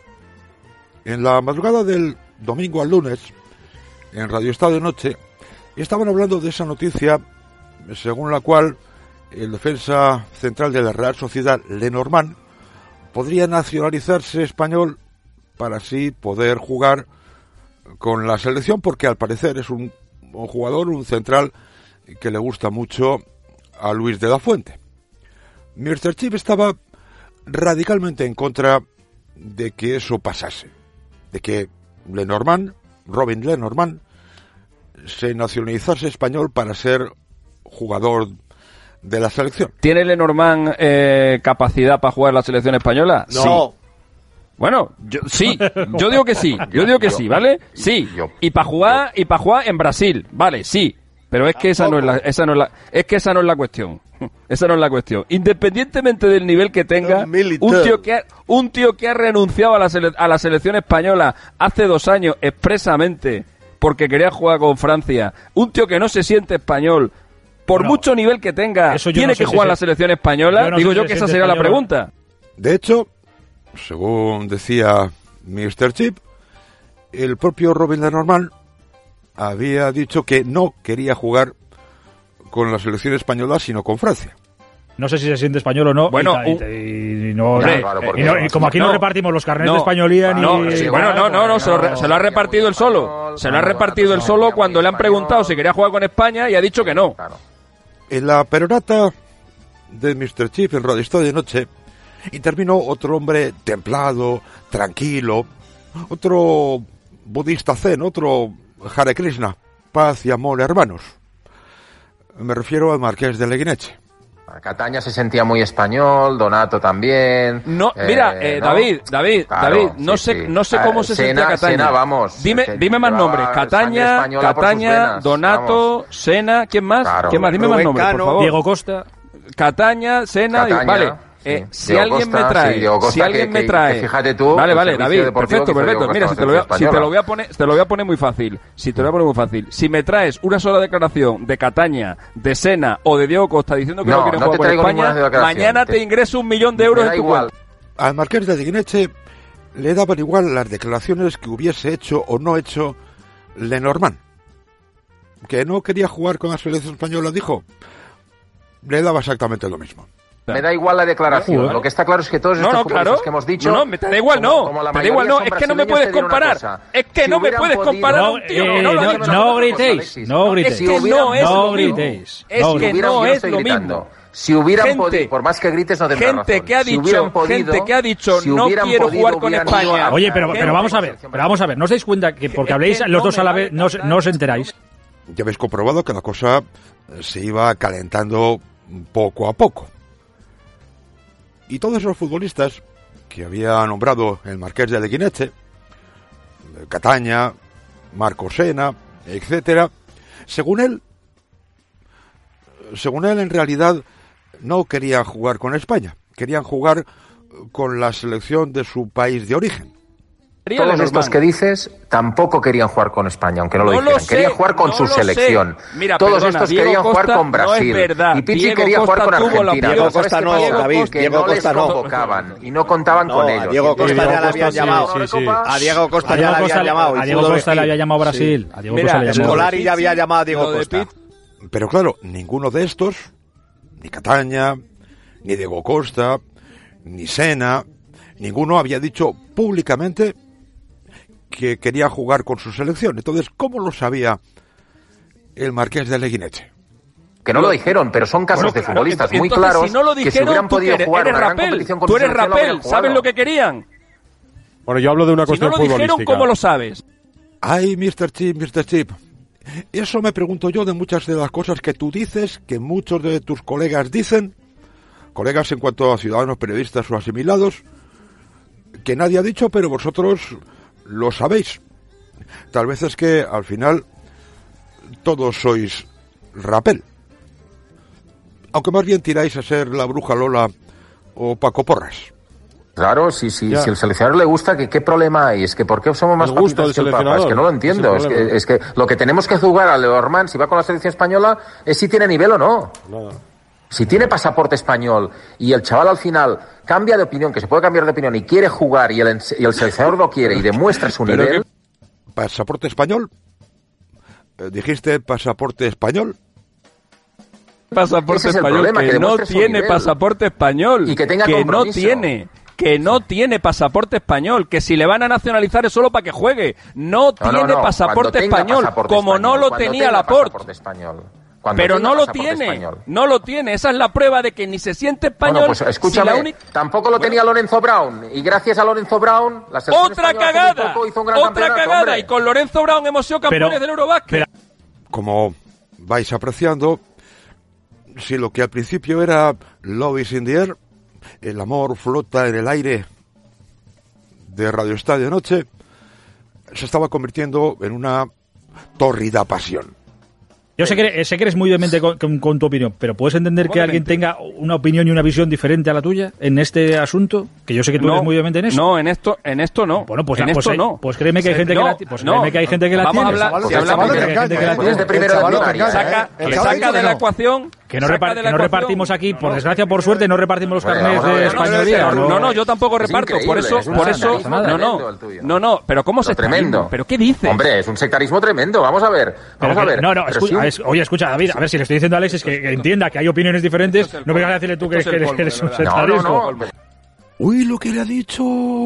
Speaker 14: En la madrugada del domingo al lunes, en Radio Estadio Noche, estaban hablando de esa noticia según la cual el defensa central de la Real Sociedad, Lenormand, podría nacionalizarse español para así poder jugar con la selección, porque al parecer es un jugador, un central que le gusta mucho a Luis de la Fuente. Mr. Chip estaba radicalmente en contra de que eso pasase, de que Lenormand, Robin Lenormand, se nacionalizase español para ser jugador de la selección.
Speaker 9: ¿Tiene Lenormand capacidad para jugar en la selección española?
Speaker 18: No.
Speaker 9: Sí. Bueno, yo digo que sí, ¿vale? Sí. Y para jugar en Brasil, vale, sí. Pero es que esa no es la cuestión. Esa no es la cuestión. Independientemente del nivel que tenga, un tío que ha renunciado a la selección española hace 2 años expresamente porque quería jugar con Francia, un tío que no se siente español, por mucho nivel que tenga, tiene que jugar en la selección española. Digo yo que esa sería la pregunta.
Speaker 14: De hecho, según decía Mr. Chip, el propio Robin Lenormand había dicho que no quería jugar con la selección española, sino con Francia.
Speaker 13: No sé si se siente español o no.
Speaker 9: Bueno,
Speaker 13: y como aquí no repartimos los carnets de españolía ni...
Speaker 9: se lo ha repartido él solo. Se lo ha repartido él solo cuando le han preguntado si quería jugar con España y ha dicho que no.
Speaker 14: En la perorata de Mr. Chief en Radio Estadio de Noche intervino otro hombre templado, tranquilo, otro budista zen, otro Hare Krishna, paz y amor hermanos. Me refiero al marqués de Leguineche.
Speaker 15: Cataña se sentía muy español, Donato también.
Speaker 9: No, mira, ¿no? David, no sé cómo se sentía Cataña.
Speaker 15: Sena, vamos.
Speaker 9: Dime más nombres. Cataña, Donato, Sena, ¿quién más?
Speaker 15: Claro.
Speaker 9: ¿Quién más? Dime más nombres, por favor.
Speaker 13: Diego Costa.
Speaker 9: Cataña, Sena, vale. Si alguien me trae,
Speaker 15: fíjate tú,
Speaker 9: vale, David, perfecto. Mira, te lo voy a poner muy fácil. Si me traes una sola declaración de Cataña, de Sena o de Diego Costa diciendo que no quieren jugar con España, mañana te ingreso 1 millón de euros en tu cuenta.
Speaker 14: Al marqués de Leguineche le daban igual las declaraciones que hubiese hecho o no hecho Lenormand. Que no quería jugar con la selección española, dijo. Le daba exactamente lo mismo.
Speaker 15: Me da igual la declaración. Lo que está claro es que todos estos futbolistas que hemos dicho...
Speaker 9: me da igual, es que no me puedes comparar. Es que no me puedes comparar a un tío que no lo ha dicho.
Speaker 13: No gritéis.
Speaker 9: Es que no es lo mismo.
Speaker 15: Si hubieran podido, por más que grites, no tendrás razón.
Speaker 9: Gente que ha dicho no quiero jugar con España.
Speaker 13: Oye, pero vamos a ver. ¿No os dais cuenta que porque habléis los dos a la vez no os enteráis?
Speaker 14: Ya habéis comprobado que la cosa se iba calentando poco a poco. Y todos esos futbolistas que había nombrado el marqués de Leguineche, Cataña, Marco Sena, etcétera, según él en realidad no querían jugar con España, querían jugar con la selección de su país de origen.
Speaker 15: Todos estos que dices tampoco querían jugar con España, aunque no lo dijeran. Querían jugar con su selección.
Speaker 9: Mira,
Speaker 15: todos
Speaker 9: perdona,
Speaker 15: estos
Speaker 9: Diego
Speaker 15: querían
Speaker 9: Costa
Speaker 15: jugar con Brasil.
Speaker 9: No es verdad.
Speaker 15: Y Pichi
Speaker 9: Diego
Speaker 15: quería
Speaker 9: Costa
Speaker 15: jugar con Argentina.
Speaker 11: Diego Costa no, David.
Speaker 15: Que
Speaker 11: Diego
Speaker 15: no les
Speaker 11: Costa no.
Speaker 15: convocaban y no contaban con ellos.
Speaker 11: A Diego Costa ya le habían llamado. A Diego Costa ya le habían llamado.
Speaker 13: A Diego Costa le había llamado Brasil. A Diego Costa le había llamado.
Speaker 11: Scolari ya había llamado a Diego Costa.
Speaker 14: Pero claro, ninguno de estos, ni Cataña, ni Diego Costa, ni Sena, ninguno había dicho públicamente que quería jugar con su selección. Entonces, ¿cómo lo sabía el Marqués de Leguinete?
Speaker 15: Que no lo dijeron, pero son casos de futbolistas muy claros
Speaker 9: si no lo dijeron,
Speaker 15: que si hubieran podido jugar una gran competición con su selección,
Speaker 9: Rapel,
Speaker 15: lo hubieran jugado.
Speaker 9: ¿sabes lo que querían?
Speaker 16: Bueno, yo hablo de una cuestión
Speaker 9: futbolística. Si no lo dijeron, ¿cómo lo sabes?
Speaker 14: Ay, Mr. Chip. Eso me pregunto yo de muchas de las cosas que tú dices, que muchos de tus colegas dicen, colegas en cuanto a ciudadanos, periodistas o asimilados, que nadie ha dicho, pero vosotros lo sabéis. Tal vez es que al final todos sois Rapel. Aunque más bien tiráis a ser la Bruja Lola o Paco Porras.
Speaker 15: Claro, si el seleccionador le gusta, ¿qué problema hay? Es que ¿por qué somos más papistas que el Papa? Es que no lo entiendo. Es que lo que tenemos que jugar a Leormand, si va con la selección española, es si tiene nivel o no. Si tiene pasaporte español y el chaval al final cambia de opinión, que se puede cambiar de opinión y quiere jugar y el seleccionador lo quiere y demuestra su nivel...
Speaker 14: ¿Pasaporte español? ¿Dijiste pasaporte español?
Speaker 9: Pasaporte español, que no tiene pasaporte español.
Speaker 15: Y que tenga compromiso.
Speaker 9: Que no tiene pasaporte español, que si le van a nacionalizar es solo para que juegue. No tiene pasaporte español, como no lo tenía Laporte. Pero no lo tiene, esa es la prueba de que ni se siente español.
Speaker 15: Bueno, pues escúchame, tampoco lo tenía Lorenzo Brown, y gracias a Lorenzo Brown, la selección
Speaker 9: otra cagada,
Speaker 15: hizo un gran campeonato, hombre.
Speaker 9: Y con Lorenzo Brown hemos sido campeones del Eurobasket.
Speaker 14: Como vais apreciando, si lo que al principio era Love is in the air, el amor flota en el aire de Radio Estadio Noche, se estaba convirtiendo en una tórrida pasión.
Speaker 13: Yo sé que eres muy vehemente con tu opinión, pero ¿puedes entender que alguien tenga una opinión y una visión diferente a la tuya en este asunto? Que yo sé que tú eres muy vehemente en eso.
Speaker 9: No, en esto no.
Speaker 13: Bueno, pues
Speaker 9: en esto no.
Speaker 13: Pues créeme que hay gente que hay gente que la tiene.
Speaker 9: Vamos a hablar, saca de la ecuación.
Speaker 13: Que no repartimos aquí, por desgracia, por suerte, no repartimos los carnets de españolía.
Speaker 9: No, yo tampoco reparto. Por eso, no. Pero ¿cómo se
Speaker 15: tremendo?
Speaker 9: ¿Pero qué dices?
Speaker 15: Hombre, es un sectarismo tremendo. Vamos a ver.
Speaker 13: Oye, escucha, David, a ver, si le estoy diciendo a Alexis que entienda que hay opiniones diferentes, no vengas a decirle tú que eres un sectarismo.
Speaker 14: Uy, lo que le ha dicho.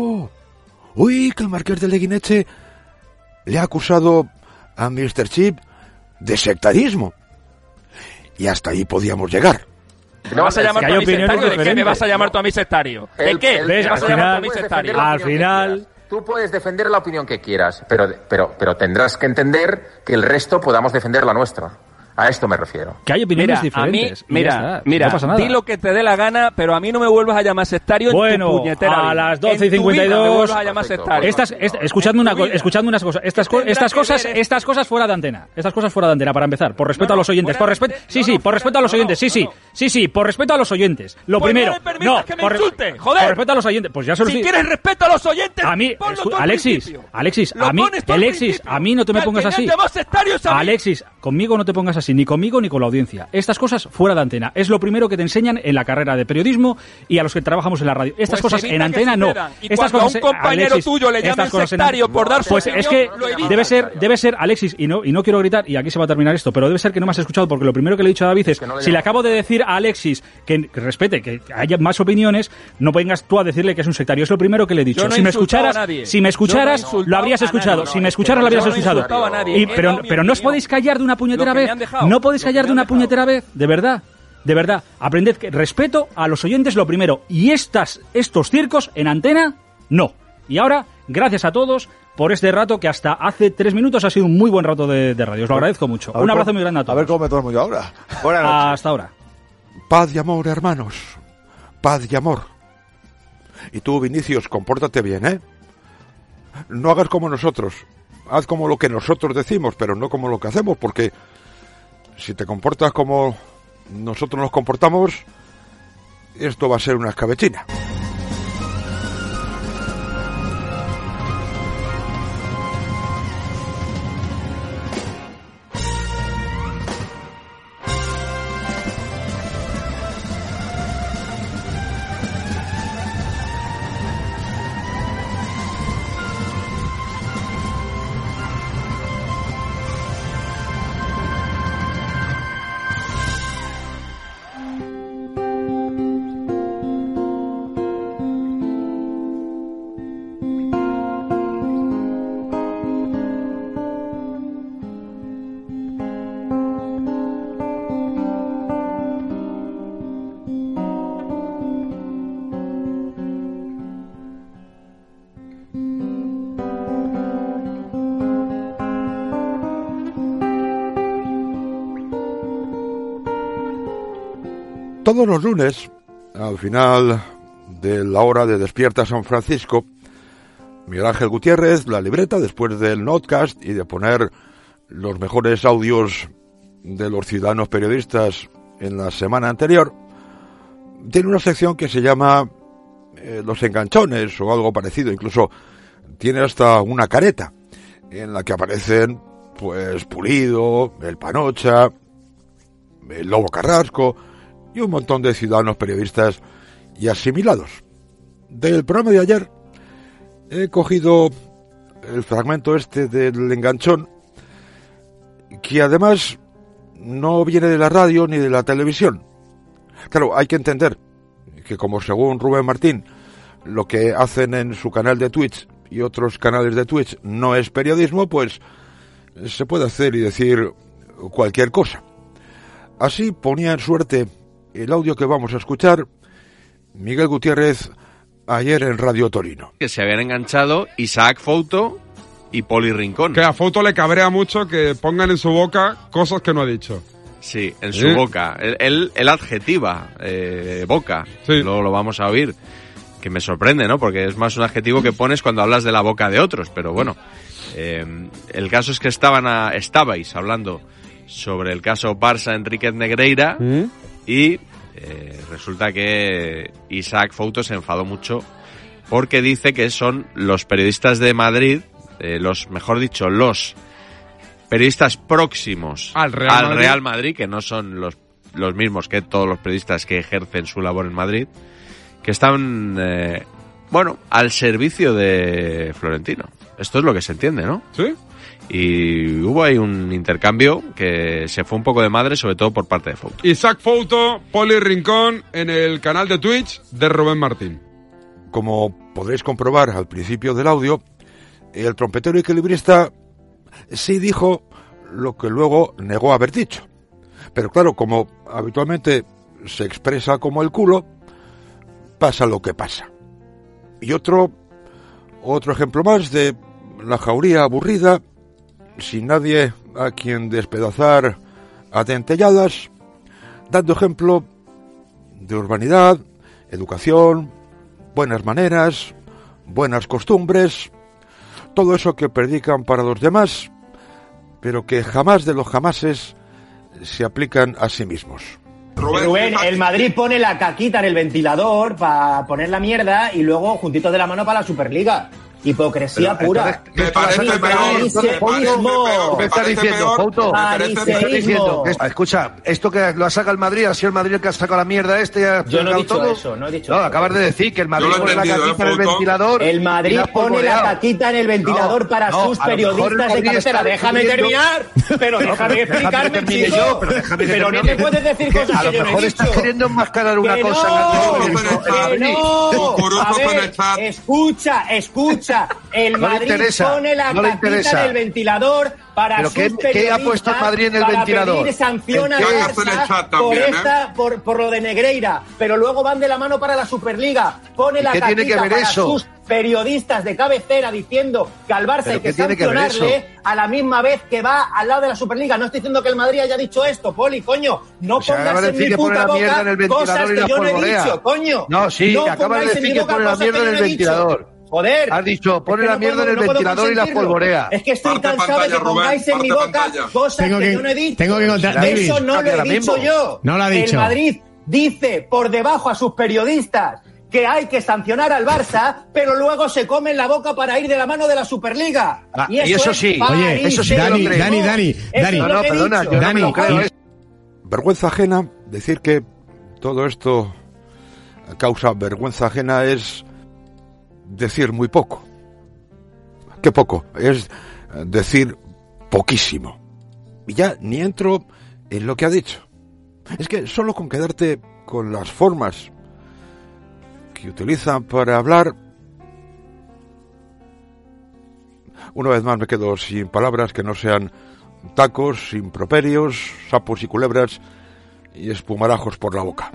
Speaker 14: Uy, que el Marqués de Leguinete le ha acusado a Mr. Chip de sectarismo. Y hasta ahí podíamos llegar.
Speaker 9: ¿Me vas a llamar tú a mi sectario? ¿De qué me vas a llamar tú a mi sectario? ¿De qué? ¿Me vas a llamar tú a mi sectario?
Speaker 13: Al final...
Speaker 15: Tú puedes defender la opinión que quieras, pero tendrás que entender que el resto podamos defender la nuestra. A esto me refiero.
Speaker 13: Que hay opiniones diferentes.
Speaker 9: Mira, no pasa nada. Di lo que te dé la gana, pero a mí no me vuelvas a llamar sectario en tu puñetera vida.
Speaker 13: A las 12:52. Escuchadme unas cosas. Estas cosas fuera de antena. Estas cosas fuera de antena, para empezar. Por respeto a los oyentes. Por respeto a los oyentes. Sí, por respeto a los oyentes. Lo primero.
Speaker 9: No, que me insulte, joder.
Speaker 13: Por respeto a los oyentes. Pues ya se lo
Speaker 9: Si quieres respeto a los oyentes,
Speaker 13: a mí, Alexis, a mí no te me pongas así. Alexis, conmigo no te pongas así. Ni conmigo ni con la audiencia. Estas cosas fuera de antena. Es lo primero que te enseñan en la carrera de periodismo y a los que trabajamos en la radio. Estas cosas en antena no. Estas cosas
Speaker 9: a un compañero tuyo le llaman sectario por dar su
Speaker 13: opinión, es que debe ser Alexis, y no quiero gritar, y aquí se va a terminar esto, pero debe ser que no me has escuchado, porque lo primero que le he dicho a David es, si le acabo de decir a Alexis que respete, que haya más opiniones, no vengas tú a decirle que es un sectario. Es lo primero que le he dicho. Si me escucharas, lo habrías escuchado. Si me escucharas, lo habrías escuchado. Pero no os podéis callar de una puñetera vez. No podéis callar de una puñetera vez, de verdad. Aprended que respeto a los oyentes lo primero. Y estos circos en antena, no. Y ahora, gracias a todos por este rato que hasta hace 3 minutos ha sido un muy buen rato de radio. Os lo agradezco mucho. Un abrazo muy grande a todos.
Speaker 11: A ver cómo me duermo yo ahora. Buenas noches.
Speaker 13: Hasta ahora.
Speaker 14: Paz y amor, hermanos. Paz y amor. Y tú, Vinicius, compórtate bien, ¿eh? No hagas como nosotros. Haz como lo que nosotros decimos, pero no como lo que hacemos, porque... si te comportas como nosotros nos comportamos, esto va a ser una escabechina. Todos los lunes, al final de la hora de Despierta San Francisco, Miguel Ángel Gutiérrez, la libreta, después del notcast y de poner los mejores audios de los ciudadanos periodistas en la semana anterior, tiene una sección que se llama Los Enganchones o algo parecido. Incluso tiene hasta una careta en la que aparecen pues Pulido, el Panocha, el Lobo Carrasco y un montón de ciudadanos periodistas y asimilados. Del programa de ayer he cogido el fragmento este del enganchón, que además no viene de la radio ni de la televisión. Claro, hay que entender que como según Rubén Martín, lo que hacen en su canal de Twitch y otros canales de Twitch no es periodismo, pues se puede hacer y decir cualquier cosa. Así ponía en suerte el audio que vamos a escuchar Miguel Gutiérrez ayer en Radio Torino.
Speaker 3: Que se habían enganchado Isaac Fouto y Poli Rincón.
Speaker 23: Que a Fouto le cabrea mucho que pongan en su boca cosas que no ha dicho.
Speaker 3: Sí, en su boca. Él adjetiva boca. Sí. Luego lo vamos a oír. Que me sorprende, ¿no? Porque es más un adjetivo que pones cuando hablas de la boca de otros. Pero bueno, el caso es que estabais hablando sobre el caso Barça Enríquez Negreira y resulta que Isaac Fouto se enfadó mucho porque dice que son los periodistas de Madrid, los periodistas próximos al Real Madrid, que no son los mismos que todos los periodistas que ejercen su labor en Madrid, que están, al servicio de Florentino. Esto es lo que se entiende, ¿no?
Speaker 23: Sí.
Speaker 3: Y hubo ahí un intercambio que se fue un poco de madre, sobre todo por parte de Fouto.
Speaker 23: Isaac Fouto, Poli Rincón, en el canal de Twitch de Rubén Martín.
Speaker 14: Como podréis comprobar al principio del audio, el trompetero y equilibrista sí dijo lo que luego negó haber dicho. Pero claro, como habitualmente se expresa como el culo, pasa lo que pasa. Y otro ejemplo más de la jauría aburrida, sin nadie a quien despedazar a dentelladas, dando ejemplo de urbanidad, educación, buenas maneras, buenas costumbres, todo eso que predican para los demás, pero que jamás de los jamases se aplican a sí mismos.
Speaker 7: Rubén, el Madrid pone la caquita en el ventilador para poner la mierda y luego juntito de la mano para la Superliga. Hipocresía pura.
Speaker 23: Me parece peor.
Speaker 17: ¿Qué estás diciendo, Fouto? Escucha, esto que lo ha sacado el Madrid, ha sido el Madrid el que ha sacado la mierda
Speaker 7: Yo no he dicho eso, no he dicho eso.
Speaker 17: Acabas de decir que el Madrid pone la caquita en el ventilador.
Speaker 7: El Madrid pone la caquita en el ventilador para sus periodistas de cabecera. Déjame terminar, pero déjame explicarme, chico. Pero no me puedes decir cosas que yo no he dicho.
Speaker 17: A lo mejor estás queriendo enmascarar una cosa.
Speaker 7: A ver, escucha. El Madrid pone la caquita en el ventilador para sus periodistas.
Speaker 17: ¿Qué ha puesto el Madrid en el ventilador?
Speaker 7: Para pedir sanción al Barça por lo de Negreira. Pero luego van de la mano para la Superliga. Pone la caquita para sus periodistas de cabecera diciendo que al Barça hay que sancionarle a la misma vez que va al lado de la Superliga. No estoy diciendo que el Madrid haya dicho esto, Poli, coño. No pongas en mi puta boca cosas que yo no he dicho, coño.
Speaker 17: No, sí, acabas de decir que pone la mierda en el ventilador.
Speaker 7: Joder.
Speaker 17: Has dicho, pone la mierda en el ventilador y la polvorea.
Speaker 7: Es que estoy cansado de que pongáis en mi boca cosas que yo no he dicho.
Speaker 20: Tengo que contar,
Speaker 7: eso no lo he dicho yo.
Speaker 20: No lo ha dicho.
Speaker 7: El Madrid dice por debajo a sus periodistas que hay que sancionar al Barça, pero luego se comen la boca para ir de la mano de la Superliga.
Speaker 17: Y eso sí.
Speaker 20: Oye, eso sí. Dani.
Speaker 17: No, perdona, yo no me lo creo.
Speaker 14: Vergüenza ajena, decir que todo esto causa vergüenza ajena es decir muy poco. ¿Qué poco? Es decir poquísimo. Y ya ni entro en lo que ha dicho. Es que solo con quedarte con las formas que utilizan para hablar, una vez más me quedo sin palabras que no sean tacos, improperios, sapos y culebras y espumarajos por la boca.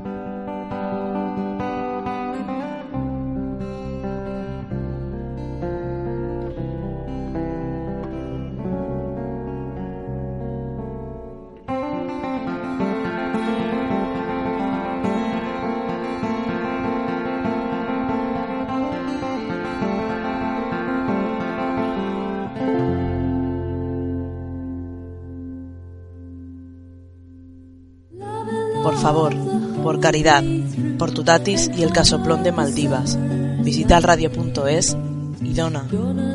Speaker 19: Por favor, por caridad, por tu tatis y el casoplón de Maldivas. Visita elradio.es y dona.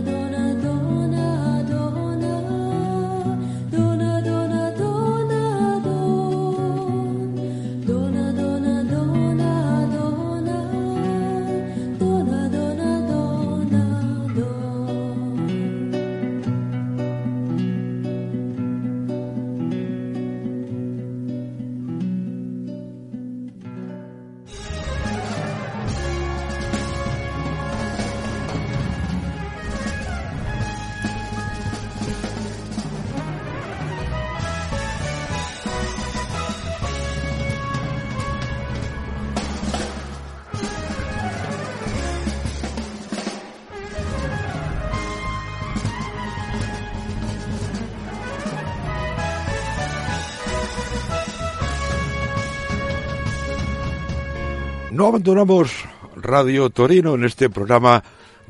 Speaker 14: No abandonamos Radio Torino en este programa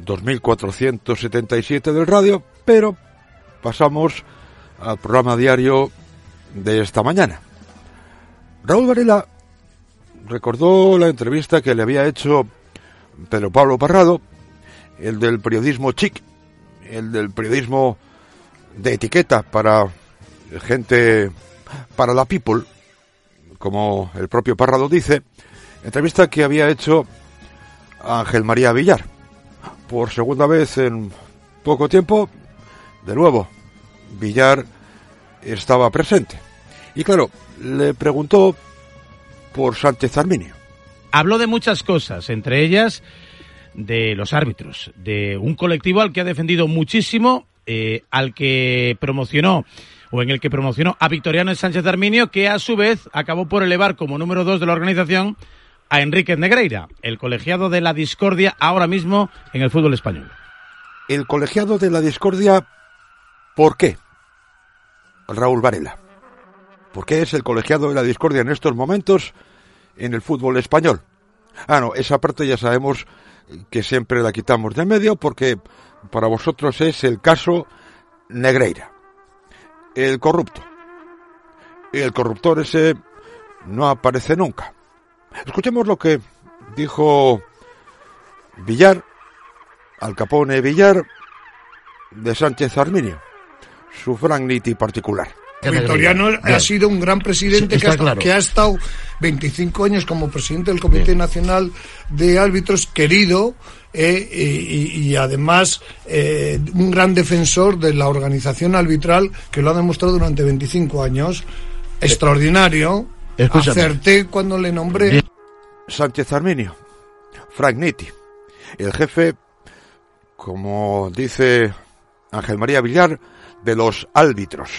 Speaker 14: 2477 del radio, pero pasamos al programa diario de esta mañana. Raúl Varela recordó la entrevista que le había hecho Pedro Pablo Parrado, el del periodismo chic, el del periodismo de etiqueta para gente, para la people, como el propio Parrado dice, entrevista que había hecho Ángel María Villar. Por segunda vez en poco tiempo, de nuevo, Villar estaba presente. Y claro, le preguntó por Sánchez Arminio.
Speaker 20: Habló de muchas cosas, entre ellas de los árbitros, de un colectivo al que ha defendido muchísimo, al que promocionó, o en el que promocionó a Victoriano Sánchez Arminio, que a su vez acabó por elevar como número 2 de la organización a Enríquez Negreira, el colegiado de la discordia ahora mismo en el fútbol español.
Speaker 14: El colegiado de la discordia, ¿por qué? Raúl Varela. ¿Por qué es el colegiado de la discordia en estos momentos en el fútbol español? No, esa parte ya sabemos que siempre la quitamos de en medio porque para vosotros es el caso Negreira. El corrupto. El corruptor ese no aparece nunca. Escuchemos lo que dijo Villar, Al Capone Villar, de Sánchez Arminio, su Frangniti particular.
Speaker 17: Victoriano ha sido un gran presidente que ha estado 25 años como presidente del Comité Nacional de Árbitros, querido y además un gran defensor de la organización arbitral, que lo ha demostrado durante 25 años. Extraordinario. Escúchame. Acerté cuando le nombré.
Speaker 14: Sánchez Arminio, Frangniti, el jefe, como dice Ángel María Villar, de los árbitros.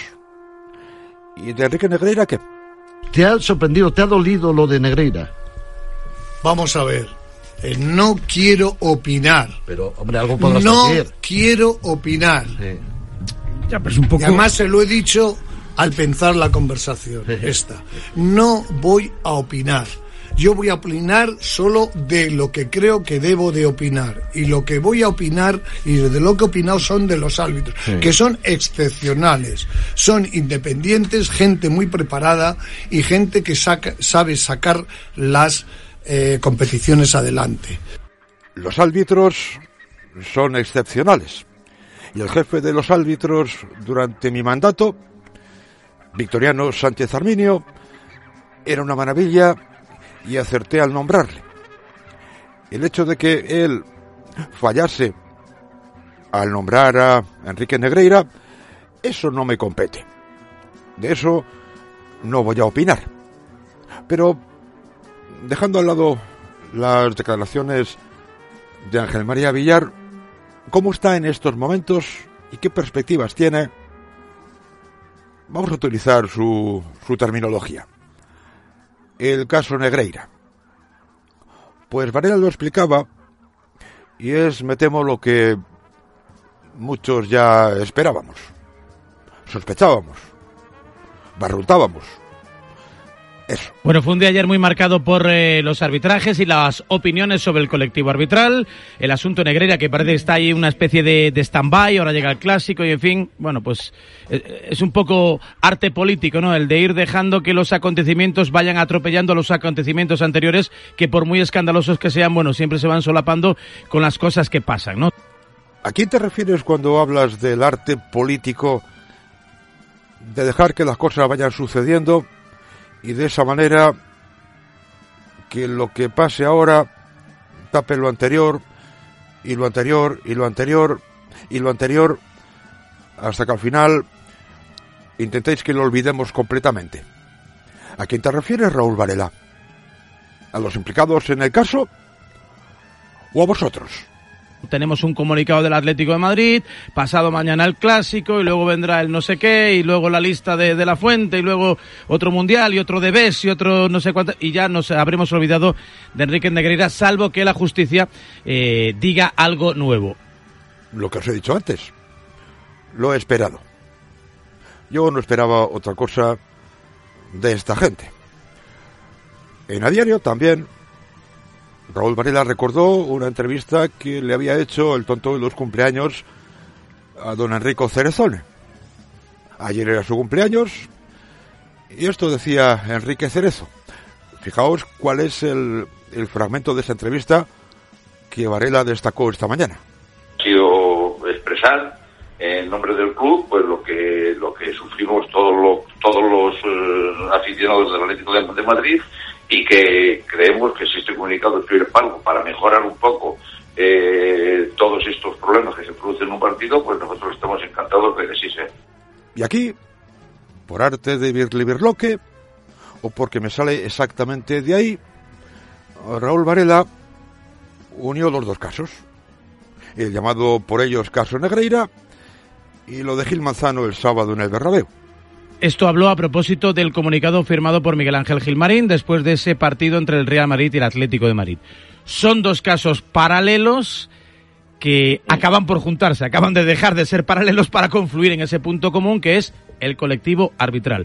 Speaker 14: ¿Y de Enrique Negreira qué?
Speaker 17: ¿Te ha sorprendido, te ha dolido lo de Negreira? Vamos a ver, no quiero opinar. Pero, hombre, algo podrás decir. No quiero opinar. Sí. Ya, pero es un poco... Y además se lo he dicho al pensar la conversación esta. No voy a opinar. Yo voy a opinar solo de lo que creo que debo de opinar. Y lo que voy a opinar, y de lo que he opinado, son de los árbitros, que son excepcionales. Son independientes, gente muy preparada y gente que sabe sacar las competiciones adelante.
Speaker 14: Los árbitros son excepcionales. Y el jefe de los árbitros durante mi mandato, Victoriano Sánchez Arminio, era una maravilla y acerté al nombrarle. El hecho de que él fallase al nombrar a Enrique Negreira, eso no me compete. De eso no voy a opinar. Pero, dejando al lado las declaraciones de Ángel María Villar, ¿cómo está en estos momentos y qué perspectivas tiene? Vamos a utilizar su terminología. El caso Negreira. Pues Varela lo explicaba y es, me temo, lo que muchos ya esperábamos, sospechábamos, barruntábamos. Eso.
Speaker 20: Bueno, fue un día ayer muy marcado por los arbitrajes y las opiniones sobre el colectivo arbitral, el asunto Negreira, que parece que está ahí una especie de stand-by, ahora llega el clásico y en fin, bueno, pues es un poco arte político, ¿no? El de ir dejando que los acontecimientos vayan atropellando los acontecimientos anteriores, que por muy escandalosos que sean, bueno, siempre se van solapando con las cosas que pasan, ¿no?
Speaker 14: ¿A quién te refieres cuando hablas del arte político de dejar que las cosas vayan sucediendo y de esa manera que lo que pase ahora tape lo anterior y lo anterior y lo anterior y lo anterior hasta que al final intentéis que lo olvidemos completamente? ¿A quién te refieres, Raúl Varela? ¿A los implicados en el caso o a vosotros?
Speaker 20: Tenemos un comunicado del Atlético de Madrid, pasado mañana el clásico y luego vendrá el no sé qué y luego la lista de la Fuente y luego otro mundial y otro de BES y otro no sé cuánto y ya nos habremos olvidado de Enrique Negreira, salvo que la justicia diga algo nuevo.
Speaker 14: Lo que os he dicho antes, lo he esperado. Yo no esperaba otra cosa de esta gente. En A Diario también Raúl Varela recordó una entrevista que le había hecho el tonto de los cumpleaños a don Enrico Cerezone. Ayer era su cumpleaños y esto decía Enrique Cerezo. Fijaos cuál es el fragmento de esa entrevista que Varela destacó esta mañana.
Speaker 10: Ha sido expresar en nombre del club pues lo que sufrimos todos los aficionados del Atlético de Madrid, y que creemos que si este comunicado sirve para mejorar un poco todos estos problemas que se producen en un partido, pues nosotros estamos encantados de que sí sea.
Speaker 14: Y aquí, por arte de birlibirloque, o porque me sale exactamente de ahí, Raúl Varela unió los dos casos. El llamado por ellos caso Negreira y lo de Gil Manzano el sábado en el Bernabéu.
Speaker 20: Esto habló a propósito del comunicado firmado por Miguel Ángel Gilmarín después de ese partido entre el Real Madrid y el Atlético de Madrid. Son dos casos paralelos que acaban por juntarse, acaban de dejar de ser paralelos para confluir en ese punto común que es el colectivo arbitral.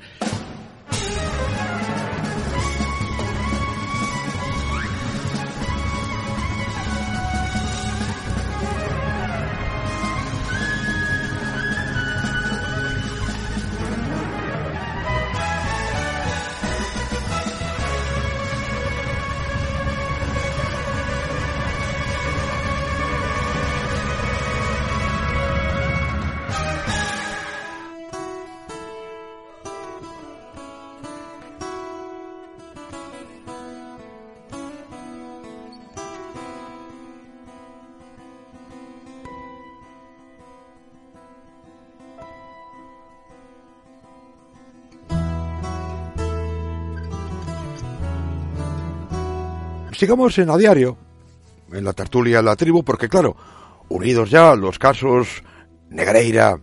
Speaker 14: Sigamos en A Diario, en la tertulia de la tribu, porque claro, unidos ya los casos Negreira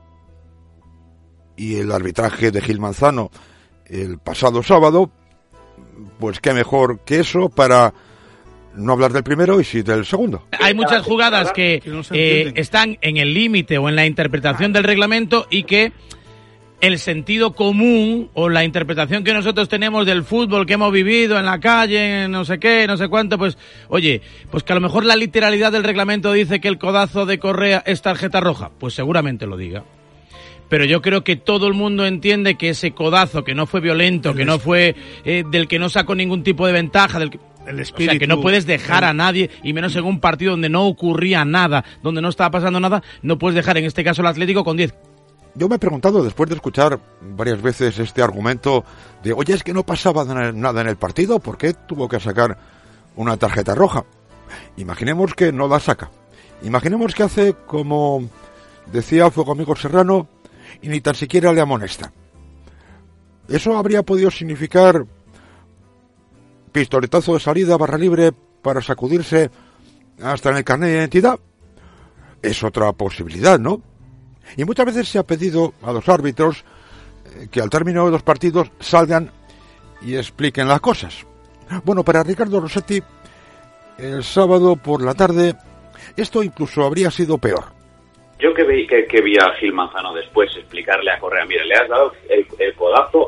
Speaker 14: y el arbitraje de Gil Manzano el pasado sábado, pues qué mejor que eso para no hablar del primero y sí del segundo.
Speaker 20: Hay muchas jugadas que están en el límite o en la interpretación del reglamento y que el sentido común o la interpretación que nosotros tenemos del fútbol que hemos vivido en la calle, no sé qué, no sé cuánto, pues, oye, pues que a lo mejor la literalidad del reglamento dice que el codazo de Correa es tarjeta roja, pues seguramente lo diga. Pero yo creo que todo el mundo entiende que ese codazo, que no fue violento, que no fue del que no sacó ningún tipo de ventaja, del que... El espíritu, o sea, que no puedes dejar a nadie, y menos en un partido donde no ocurría nada, donde no estaba pasando nada, no puedes dejar en este caso al Atlético con 10.
Speaker 14: Yo me he preguntado, después de escuchar varias veces este argumento de, oye, es que no pasaba nada en el partido, ¿por qué tuvo que sacar una tarjeta roja? Imaginemos que no la saca. Imaginemos que hace como decía Fuego Amigo Serrano y ni tan siquiera le amonesta. Eso habría podido significar pistoletazo de salida, barra libre, para sacudirse hasta en el carnet de identidad. Es otra posibilidad, ¿no? Y muchas veces se ha pedido a los árbitros que al término de los partidos salgan y expliquen las cosas. Bueno, para Ricardo Rossetti, el sábado por la tarde, esto incluso habría sido peor.
Speaker 21: Yo que vi a Gil Manzano después explicarle a Correa, mire, le has dado el codazo así,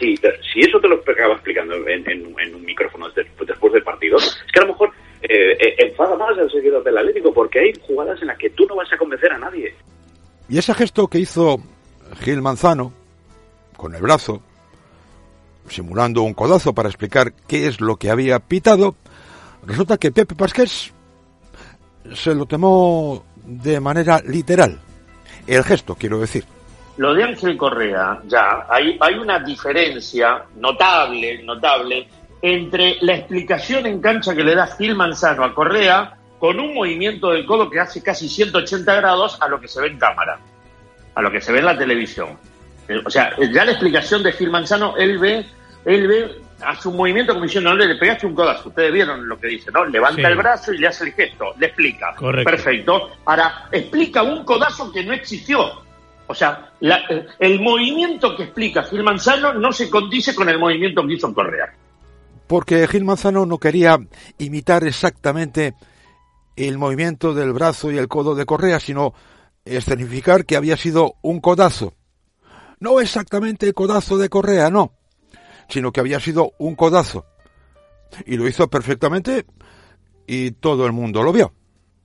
Speaker 6: si eso te lo acaba explicando en un micrófono después del partido, es que a lo mejor enfada más al seguidor del Atlético, porque hay jugadas en las que tú no vas a convencer a nadie.
Speaker 14: Y ese gesto que hizo Gil Manzano, con el brazo, simulando un codazo para explicar qué es lo que había pitado, resulta que Pepe Pasqués se lo tomó de manera literal. El gesto, quiero decir.
Speaker 21: Lo de Ángel Correa, ya, hay una diferencia notable, entre la explicación en cancha que le da Gil Manzano a Correa con un movimiento del codo que hace casi 180 grados a lo que se ve en cámara, a lo que se ve en la televisión. O sea, ya la explicación de Gil Manzano, él ve, hace un movimiento como diciendo, no, le pegaste un codazo. Ustedes vieron lo que dice, ¿no? Levanta el brazo y le hace el gesto, le explica.
Speaker 20: Correcto.
Speaker 21: Perfecto. Ahora, explica un codazo que no existió. O sea, el movimiento que explica Gil Manzano no se condice con el movimiento que hizo Correa.
Speaker 14: Porque Gil Manzano no quería imitar exactamente el movimiento del brazo y el codo de Correa, sino escenificar que había sido un codazo. No exactamente el codazo de Correa, no, sino que había sido un codazo. Y lo hizo perfectamente y todo el mundo lo vio.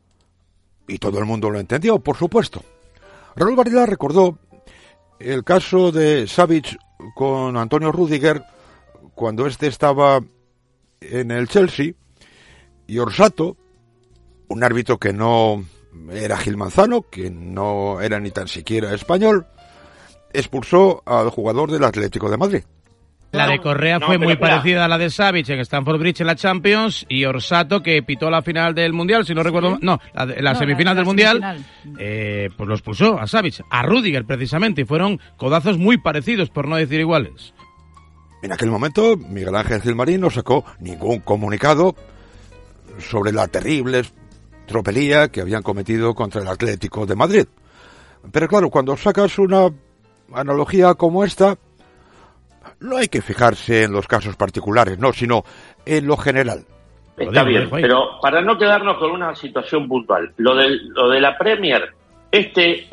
Speaker 14: Y todo el mundo lo entendió, por supuesto. Raúl Varela recordó el caso de Savic con Antonio Rüdiger cuando este estaba en el Chelsea, y Orsato, un árbitro que no era Gil Manzano, que no era ni tan siquiera español, expulsó al jugador del Atlético de Madrid.
Speaker 20: La de Correa fue muy parecida a la de Savic en Stamford Bridge en la Champions, y Orsato, que pitó la final del Mundial, si no recuerdo... No, la semifinal del Mundial, pues lo expulsó a Savic, a Rüdiger precisamente, y fueron codazos muy parecidos, por no decir iguales.
Speaker 14: En aquel momento, Miguel Ángel Gilmarín no sacó ningún comunicado sobre la terrible tropelía que habían cometido contra el Atlético de Madrid. Pero claro, cuando sacas una analogía como esta, no hay que fijarse en los casos particulares, no, sino en lo general.
Speaker 21: Está bien, pero para no quedarnos con una situación puntual, lo de la Premier, este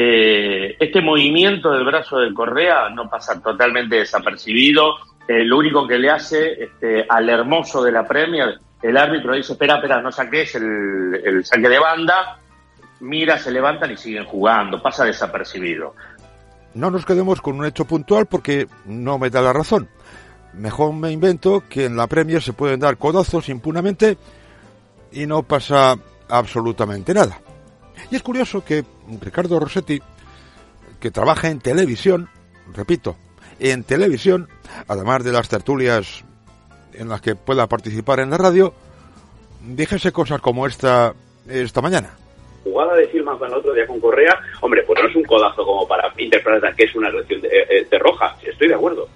Speaker 21: movimiento del brazo de Correa no pasa totalmente desapercibido. Lo único que le hace al hermoso de la Premier, el árbitro dice, espera, no saques el saque de banda, mira, se levantan y siguen jugando, pasa desapercibido.
Speaker 14: No nos quedemos con un hecho puntual porque no me da la razón. Mejor me invento que en la Premier se pueden dar codazos impunemente y no pasa absolutamente nada. Y es curioso que Ricardo Rossetti, que trabaja en televisión, repito, en televisión, además de las tertulias en las que pueda participar en la radio, dijese cosas como esta mañana.
Speaker 6: Jugada de Gil Manzano el otro día con Correa, hombre, pues no es un codazo como para interpretar que es una agresión de roja. Estoy de acuerdo.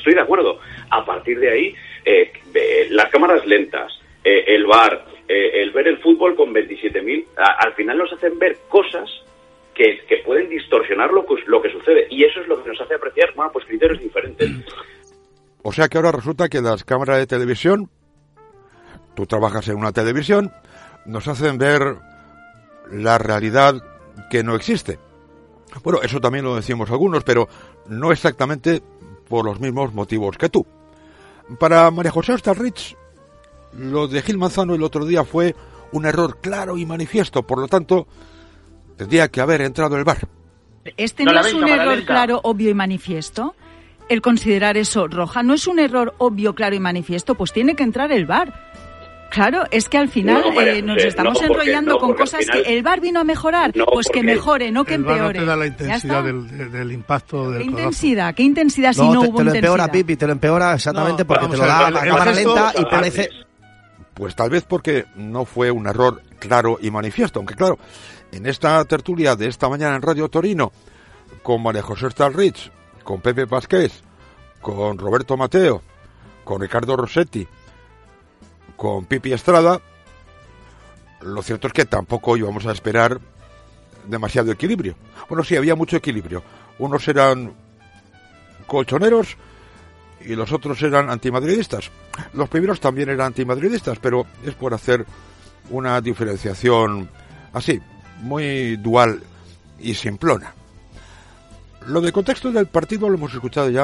Speaker 6: A partir de ahí, las cámaras lentas, el VAR, el ver el fútbol con 27.000, al final nos hacen ver cosas que pueden distorsionar lo que sucede, y eso es lo que nos hace apreciar, bueno, pues criterios diferentes.
Speaker 14: O sea que ahora resulta que las cámaras de televisión, tú trabajas en una televisión, nos hacen ver la realidad que no existe. Bueno, eso también lo decimos algunos, pero no exactamente por los mismos motivos que tú. Para María José Ostalrich, lo de Gil Manzano el otro día fue un error claro y manifiesto, por lo tanto, tendría que haber entrado el VAR.
Speaker 22: No es un error claro, obvio y manifiesto. El considerar eso roja no es un error obvio, claro y manifiesto, pues tiene que entrar el VAR. Claro, es que al final nos estamos enrollando con cosas que el VAR vino a mejorar, pues que mejore, no que empeore.
Speaker 17: El VAR no te da la intensidad del impacto del
Speaker 22: ¿Qué intensidad si no hubo intensidad?
Speaker 24: Te lo empeora, Pipi, te lo empeora exactamente porque te lo da a cámara lenta y parece...
Speaker 14: Pues tal vez porque no fue un error claro y manifiesto, aunque claro, en esta tertulia de esta mañana en Radio Torino, con María José Ostalrich, con Pepe Pasqués, con Roberto Mateo, con Ricardo Rossetti, con Pipi Estrada, lo cierto es que tampoco íbamos a esperar demasiado equilibrio. Bueno, sí, había mucho equilibrio. Unos eran colchoneros y los otros eran antimadridistas. Los primeros también eran antimadridistas, pero es por hacer una diferenciación así, muy dual y simplona. Lo del contexto del partido lo hemos escuchado ya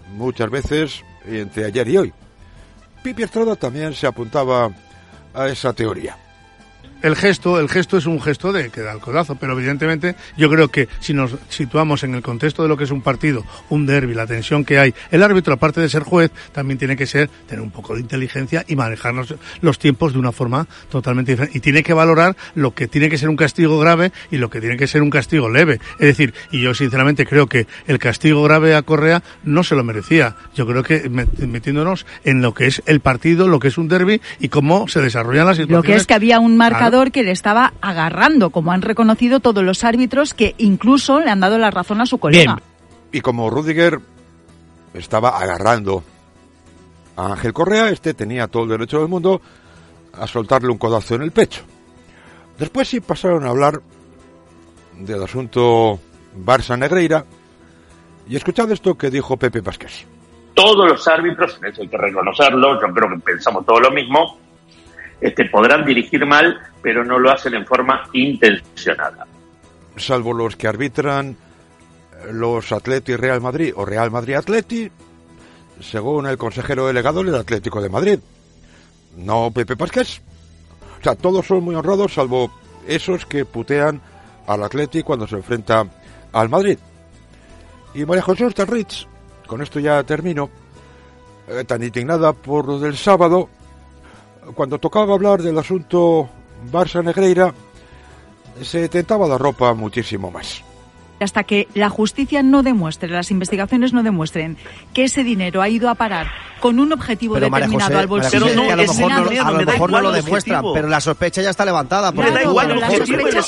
Speaker 14: muchas veces entre ayer y hoy. Pipi Estrada también se apuntaba a esa teoría.
Speaker 17: El gesto es un gesto de que da el codazo, pero evidentemente yo creo que si nos situamos en el contexto de lo que es un partido, un derbi, la tensión que hay, el árbitro, aparte de ser juez, también tiene que tener un poco de inteligencia y manejar los tiempos de una forma totalmente diferente. Y tiene que valorar lo que tiene que ser un castigo grave y lo que tiene que ser un castigo leve. Es decir, y yo sinceramente creo que el castigo grave a Correa no se lo merecía. Yo creo que metiéndonos en lo que es el partido, lo que es un derbi y cómo se desarrollan las situaciones.
Speaker 22: Lo que es que había un marcador que le estaba agarrando, como han reconocido todos los árbitros, que incluso le han dado la razón a su colega.
Speaker 14: Bien. Y como Rüdiger estaba agarrando a Ángel Correa, tenía todo el derecho del mundo a soltarle un codazo en el pecho. Después sí pasaron a hablar del asunto Barça-Negreira, y escuchad esto que dijo Pepe Vázquez.
Speaker 21: Todos los árbitros, en eso hay que reconocerlo, yo creo que pensamos todo lo mismo, podrán dirigir mal, pero no lo hacen en forma intencionada.
Speaker 14: Salvo los que arbitran los Atleti Real Madrid o Real Madrid Atleti, según el consejero delegado del Atlético de Madrid. No Pepe Vázquez. O sea, todos son muy honrados, salvo esos que putean al Atleti cuando se enfrenta al Madrid. Y María José Ostalrich, con esto ya termino, tan indignada por lo del sábado, cuando tocaba hablar del asunto Barça-Negreira, se tentaba la ropa muchísimo más.
Speaker 22: Hasta que la justicia no demuestre, las investigaciones no demuestren que ese dinero ha ido a parar con un objetivo determinado al bolsillo.
Speaker 24: A lo mejor no lo demuestran, pero la sospecha ya está levantada.
Speaker 22: Claro, pero la sospecha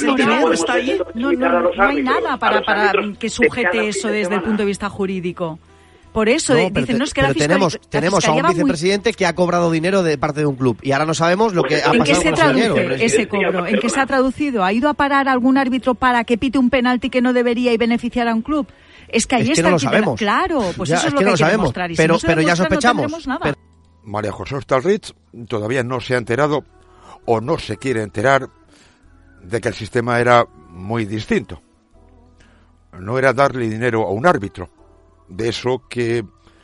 Speaker 22: no hay nada para que sujete eso desde el punto de vista jurídico. Por eso dicen, no es que la
Speaker 24: fiscalía... tenemos a un vicepresidente que ha cobrado dinero de parte de un club y ahora no sabemos lo que ha pasado con ese dinero.
Speaker 22: ¿En qué se traduce ese cobro? ¿En qué se ha traducido? ¿Ha ido a parar algún árbitro para que pite un penalti que no debería y beneficiar a un club? Es que ahí está...
Speaker 24: no lo sabemos.
Speaker 22: Claro, pues ya, eso es lo que hay que demostrar. Y
Speaker 24: pero,
Speaker 22: si no
Speaker 24: ya sospechamos.
Speaker 22: No nada.
Speaker 14: María José Ostalrich todavía no se ha enterado o no se quiere enterar de que el sistema era muy distinto. No era darle dinero a un árbitro, de eso que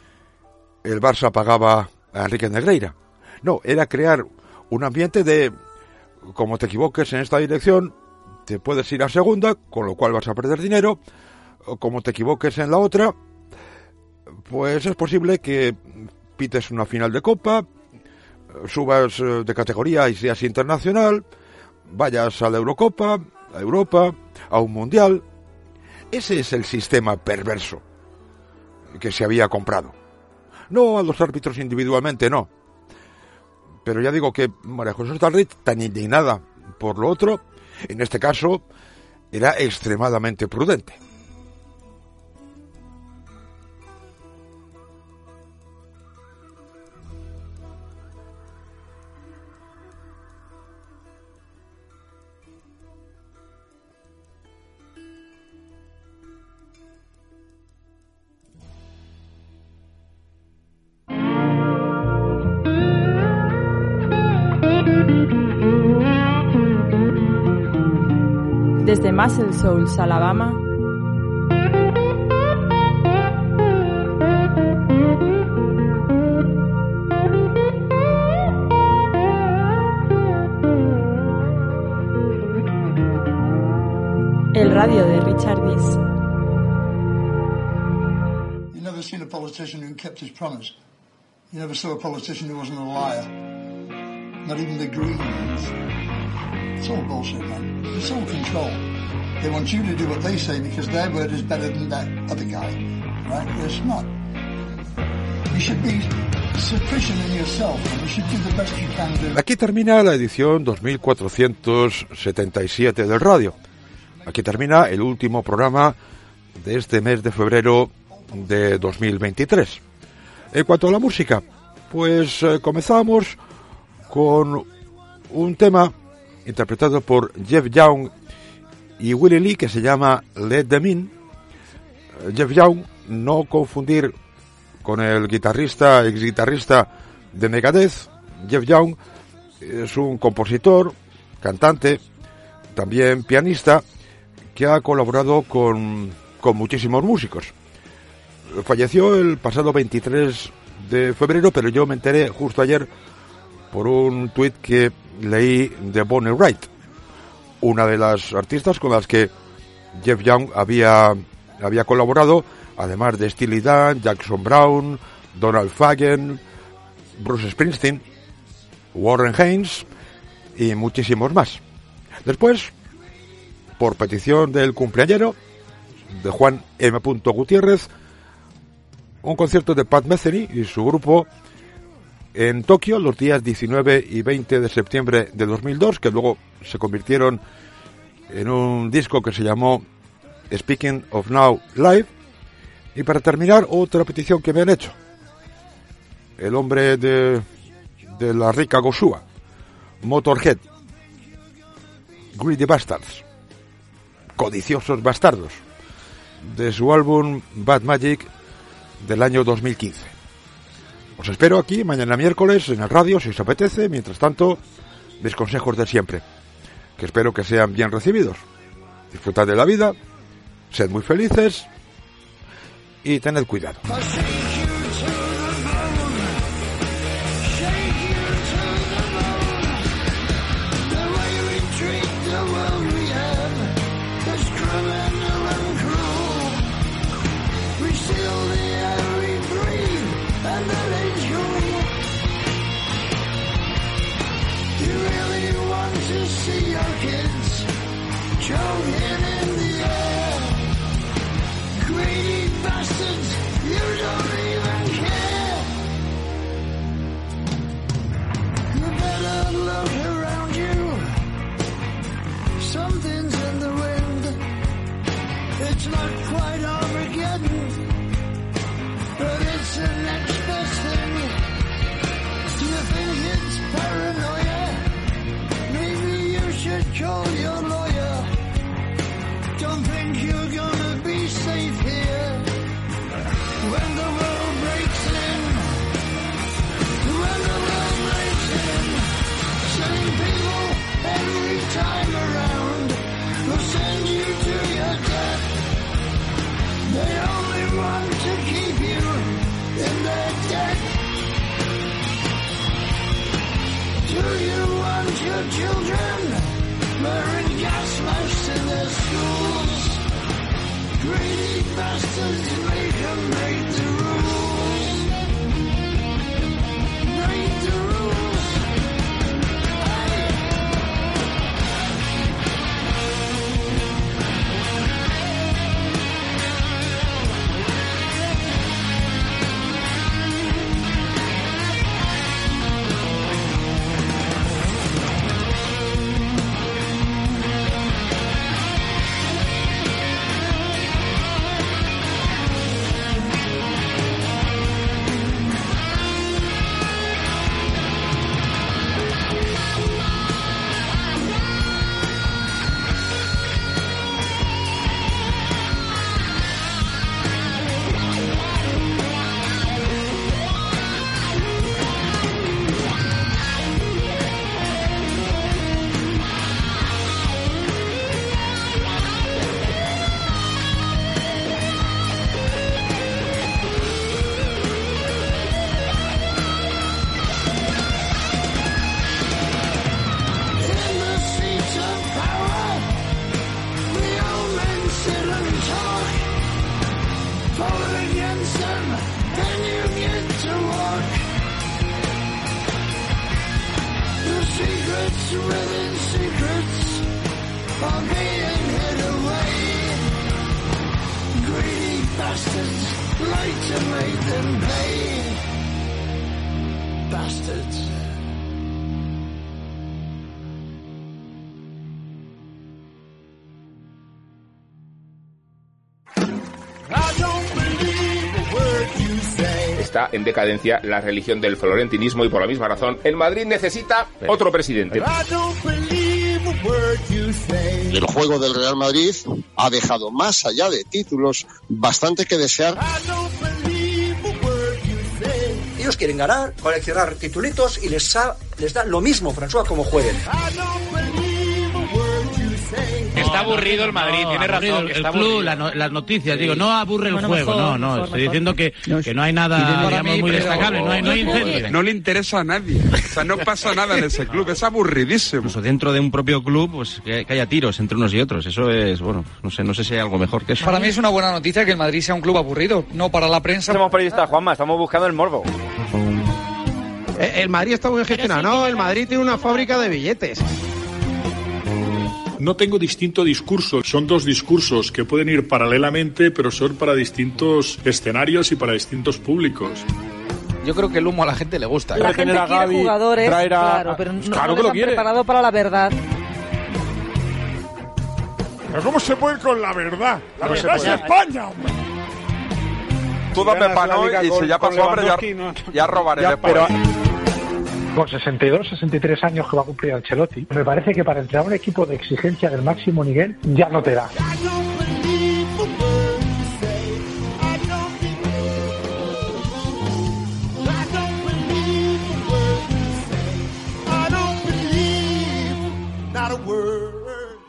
Speaker 14: el Barça pagaba a Enrique Negreira. No, era crear un ambiente de, como te equivoques en esta dirección, te puedes ir a segunda, con lo cual vas a perder dinero, o como te equivoques en la otra, pues es posible que pites una final de Copa, subas de categoría y seas internacional, vayas a la Eurocopa, a Europa, a un Mundial. Ese es el sistema perverso que se había comprado. No a los árbitros individualmente, no. Pero ya digo que María José Ostalrich, tan indignada por lo otro, en este caso era extremadamente prudente.
Speaker 2: Desde Muscle Shoals, Alabama, el radio de Richard Dees.
Speaker 4: You never seen a politician who kept his promise. You never saw a politician who wasn't a liar. Not even the Greens. It's all bullshit, man. It's all control. They want you to do what they say because their word is better than that other guy. Right? It's not. You should be sufficient in yourself and you should do the best you can do.
Speaker 14: Aquí termina la edición 2477 del radio. Aquí termina el último programa de este mes de febrero de 2023. En cuanto a la música, pues comenzamos con un tema interpretado por Jeff Young y Willie Lee que se llama Let Them In. Jeff Young, no confundir con el ex guitarrista de Megadeth. Jeff Young es un compositor, cantante, también pianista, que ha colaborado con muchísimos músicos. falleció el pasado 23 de febrero, pero yo me enteré justo ayer por un tuit que leí de Bonnie Wright, una de las artistas con las que Jeff Young había colaborado, además de Steely Dan, Jackson Browne, Donald Fagen, Bruce Springsteen, Warren Haynes y muchísimos más. Después, por petición del cumpleañero de Juan M. Gutiérrez, un concierto de Pat Metheny y su grupo en Tokio los días 19 y 20 de septiembre de 2002, que luego se convirtieron en un disco que se llamó Speaking of Now Live. Y para terminar, otra petición que me han hecho. El hombre de la rica Gosua, Motorhead, Greedy Bastards, Codiciosos Bastardos, de su álbum Bad Magic del año 2015. Os espero aquí mañana miércoles en el radio si os apetece. Mientras tanto, mis consejos de siempre, que espero que sean bien recibidos. Disfrutad de la vida, sed muy felices y tened cuidado.
Speaker 1: Call your lawyer. Don't think you're gonna be safe here when the world breaks in. When the world breaks in, same people every time around will send you to your death. They only want to keep you in their debt. Do you want your children wearing gas masks in their schools? Greedy bastards make them break the rules. Break the rules.
Speaker 5: Está en decadencia la religión del florentinismo y por la misma razón el Madrid necesita otro presidente.
Speaker 8: El juego del Real Madrid ha dejado más allá de títulos bastante que desear.
Speaker 12: Ellos quieren ganar, coleccionar titulitos y les da lo mismo, François, como jueguen.
Speaker 9: que está aburrido el Madrid, tiene razón. Que está
Speaker 20: el club, las noticias, digo, no aburre el juego, no, estoy diciendo que no hay nada, digamos, muy destacable, no hay incendio.
Speaker 23: No le interesa a nadie, o sea, no pasa nada en ese club, es aburridísimo.
Speaker 3: Incluso dentro de un propio club, pues que haya tiros entre unos y otros, eso es, bueno, no sé si hay algo mejor que eso.
Speaker 15: Para mí es una buena noticia que el Madrid sea un club aburrido, no para la prensa.
Speaker 11: Somos periodistas, Juanma, estamos buscando el morbo.
Speaker 16: El Madrid está muy gestionado, ¿no? El Madrid tiene una fábrica de billetes.
Speaker 18: No tengo distinto discurso, son dos discursos que pueden ir paralelamente, pero son para distintos escenarios y para distintos públicos.
Speaker 9: Yo creo que el humo a la gente le gusta.
Speaker 25: La gente quiere jugadores, claro, pero no les han preparado para la verdad.
Speaker 17: ¿Pero cómo se puede ir con la verdad? La verdad es España, hombre.
Speaker 23: Tú dame pan hoy y si ya pasó hambre ya robaré después.
Speaker 26: Con 62, 63 años que va a cumplir Ancelotti, me parece que para entrar a un equipo de exigencia del máximo nivel ya no te da.